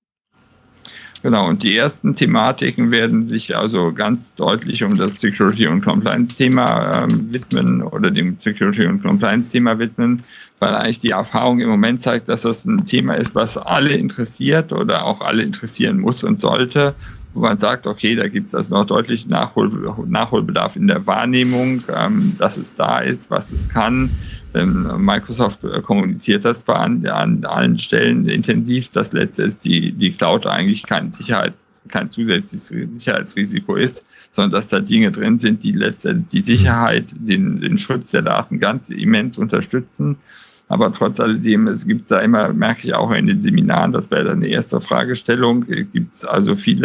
Genau, und die ersten Thematiken werden sich also ganz deutlich um das Security- und Compliance-Thema widmen oder dem Security- und Compliance-Thema widmen, weil eigentlich die Erfahrung im Moment zeigt, dass das ein Thema ist, was alle interessiert oder auch alle interessieren muss und sollte, wo man sagt, okay, da gibt es also noch deutlich Nachholbedarf in der Wahrnehmung, dass es da ist, was es kann. Microsoft kommuniziert das zwar an allen Stellen intensiv, dass letztendlich die Cloud eigentlich kein zusätzliches Sicherheitsrisiko ist, sondern dass da Dinge drin sind, die letztendlich die Sicherheit, den Schutz der Daten ganz immens unterstützen. Aber trotz alledem, es gibt da immer, merke ich auch in den Seminaren, das wäre dann eine erste Fragestellung, gibt es also viel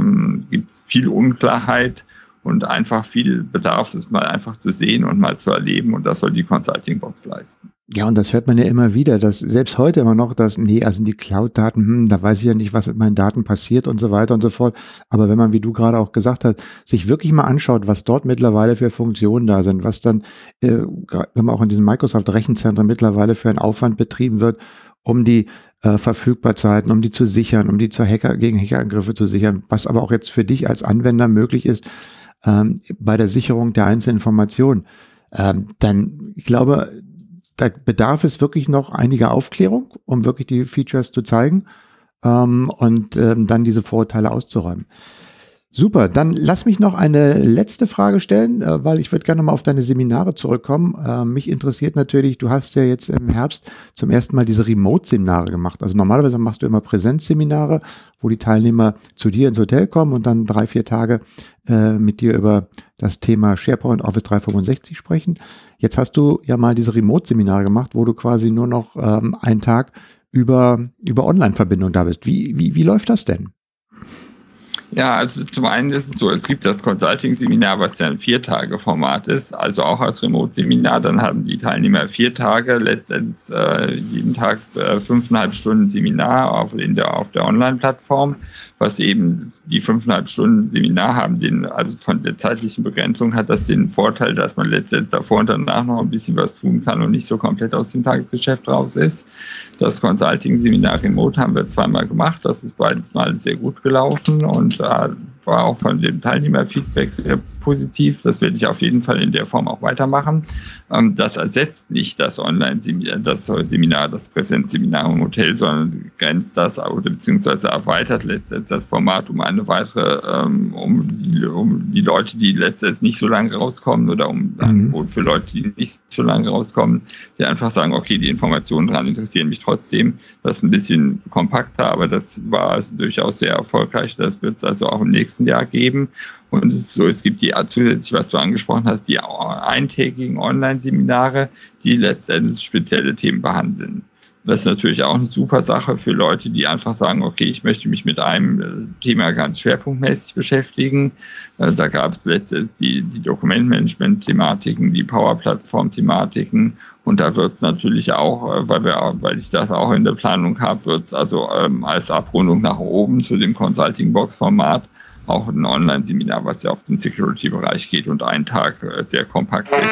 Unklarheit und einfach viel Bedarf, es mal einfach zu sehen und mal zu erleben, und das soll die Consulting Box leisten. Ja, und das hört man ja immer wieder, dass selbst heute immer noch, also die Cloud-Daten, da weiß ich ja nicht, was mit meinen Daten passiert und so weiter und so fort. Aber wenn man, wie du gerade auch gesagt hast, sich wirklich mal anschaut, was dort mittlerweile für Funktionen da sind, was dann auch in diesen Microsoft-Rechenzentren mittlerweile für einen Aufwand betrieben wird, um die Verfügbarkeiten, um die zu sichern, um die gegen Hackerangriffe zu sichern, was aber auch jetzt für dich als Anwender möglich ist, bei der Sicherung der einzelnen Informationen, dann, ich glaube, da bedarf es wirklich noch einiger Aufklärung, um wirklich die Features zu zeigen und dann diese Vorurteile auszuräumen. Super, dann lass mich noch eine letzte Frage stellen, weil ich würde gerne mal auf deine Seminare zurückkommen. Mich interessiert natürlich, du hast ja jetzt im Herbst zum ersten Mal diese Remote-Seminare gemacht. Also normalerweise machst du immer Präsenzseminare, wo die Teilnehmer zu dir ins Hotel kommen und dann 3-4 Tage mit dir über das Thema SharePoint Office 365 sprechen. Jetzt hast du ja mal diese Remote-Seminare gemacht, wo du quasi nur noch einen Tag über Online-Verbindung da bist. Wie läuft das denn? Ja, also zum einen ist es so, es gibt das Consulting-Seminar, was ja ein 4-Tage-Format ist, also auch als Remote-Seminar. Dann haben die Teilnehmer 4 Tage, letztendlich jeden Tag 5,5 Stunden Seminar auf der Online-Plattform, was eben die 5,5 Stunden Seminar haben, also von der zeitlichen Begrenzung hat das den Vorteil, dass man letztendlich davor und danach noch ein bisschen was tun kann und nicht so komplett aus dem Tagesgeschäft raus ist. Das Consulting-Seminar Remote haben wir 2-mal gemacht, das ist beides Mal sehr gut gelaufen und war auch von dem Teilnehmerfeedback sehr positiv. Das werde ich auf jeden Fall in der Form auch weitermachen. Das ersetzt nicht das Online-Seminar, das Seminar, das Präsenzseminar im Hotel, sondern grenzt das oder beziehungsweise erweitert letztendlich das Format um eine weitere, um die Leute, die letztendlich nicht so lange rauskommen oder um ein Angebot für Leute, die nicht so lange rauskommen, die einfach sagen, okay, die Informationen dran interessieren mich trotzdem. Das ist ein bisschen kompakter, aber das war also durchaus sehr erfolgreich. Das wird es also auch im nächsten Jahr geben. Und es ist so, es gibt die zusätzlich, was du angesprochen hast, die eintägigen Online-Seminare, die letztendlich spezielle Themen behandeln. Das ist natürlich auch eine super Sache für Leute, die einfach sagen, okay, ich möchte mich mit einem Thema ganz schwerpunktmäßig beschäftigen. Da gab es letztendlich die Dokumentmanagement-Thematiken, die Power-Plattform-Thematiken. Und da wird es natürlich auch, weil ich das auch in der Planung habe, wird es also als Abrundung nach oben zu dem Consulting-Box-Format auch ein Online-Seminar, was ja auf den Security-Bereich geht und einen Tag sehr kompakt ist.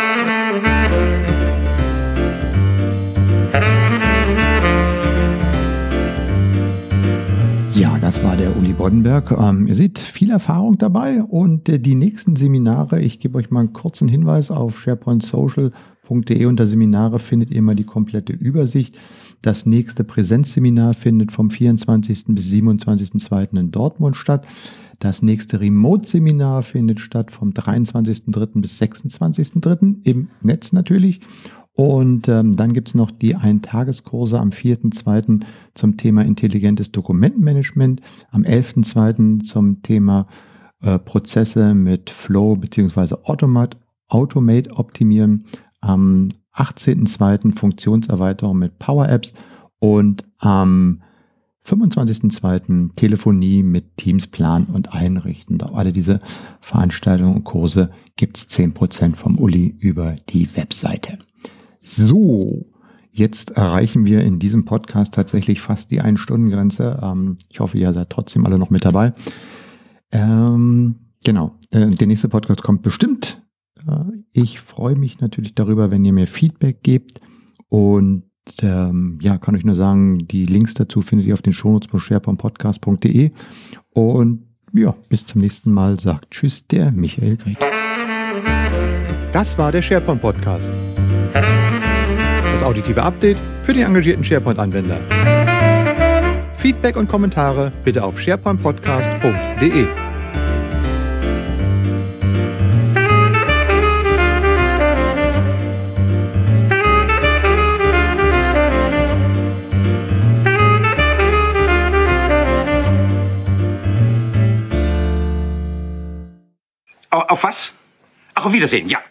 Ja, das war der Uli Boddenberg. Ihr seht, viel Erfahrung dabei und die nächsten Seminare, ich gebe euch mal einen kurzen Hinweis, auf sharepointsocial.de unter Seminare findet ihr mal die komplette Übersicht. Das nächste Präsenzseminar findet vom 24. bis 27.02. in Dortmund statt. Das nächste Remote-Seminar findet statt vom 23.03. bis 26.03. im Netz natürlich. Und dann gibt es noch die Eintageskurse am 4.2. zum Thema intelligentes Dokumentenmanagement, am 11.2. zum Thema Prozesse mit Flow bzw. Automate optimieren, am 18.2. Funktionserweiterung mit Power Apps und am 25.2. Telefonie mit Teams planen und einrichten. Auf alle diese Veranstaltungen und Kurse gibt es 10% vom Uli über die Webseite. So, jetzt erreichen wir in diesem Podcast tatsächlich fast die 1-Stunden-Grenze. Ich hoffe, ihr seid trotzdem alle noch mit dabei. Genau, der nächste Podcast kommt bestimmt. Ich freue mich natürlich darüber, wenn ihr mir Feedback gebt. Und ja, kann euch nur sagen, die Links dazu findet ihr auf den Shownotes bei sharepointpodcast.de. Und ja, bis zum nächsten Mal sagt Tschüss, der Michael Greth. Das war der SharePoint Podcast. Das auditive Update für den engagierten SharePoint-Anwender. Feedback und Kommentare bitte auf sharepointpodcast.de. Auf was? Ach, auf Wiedersehen, ja.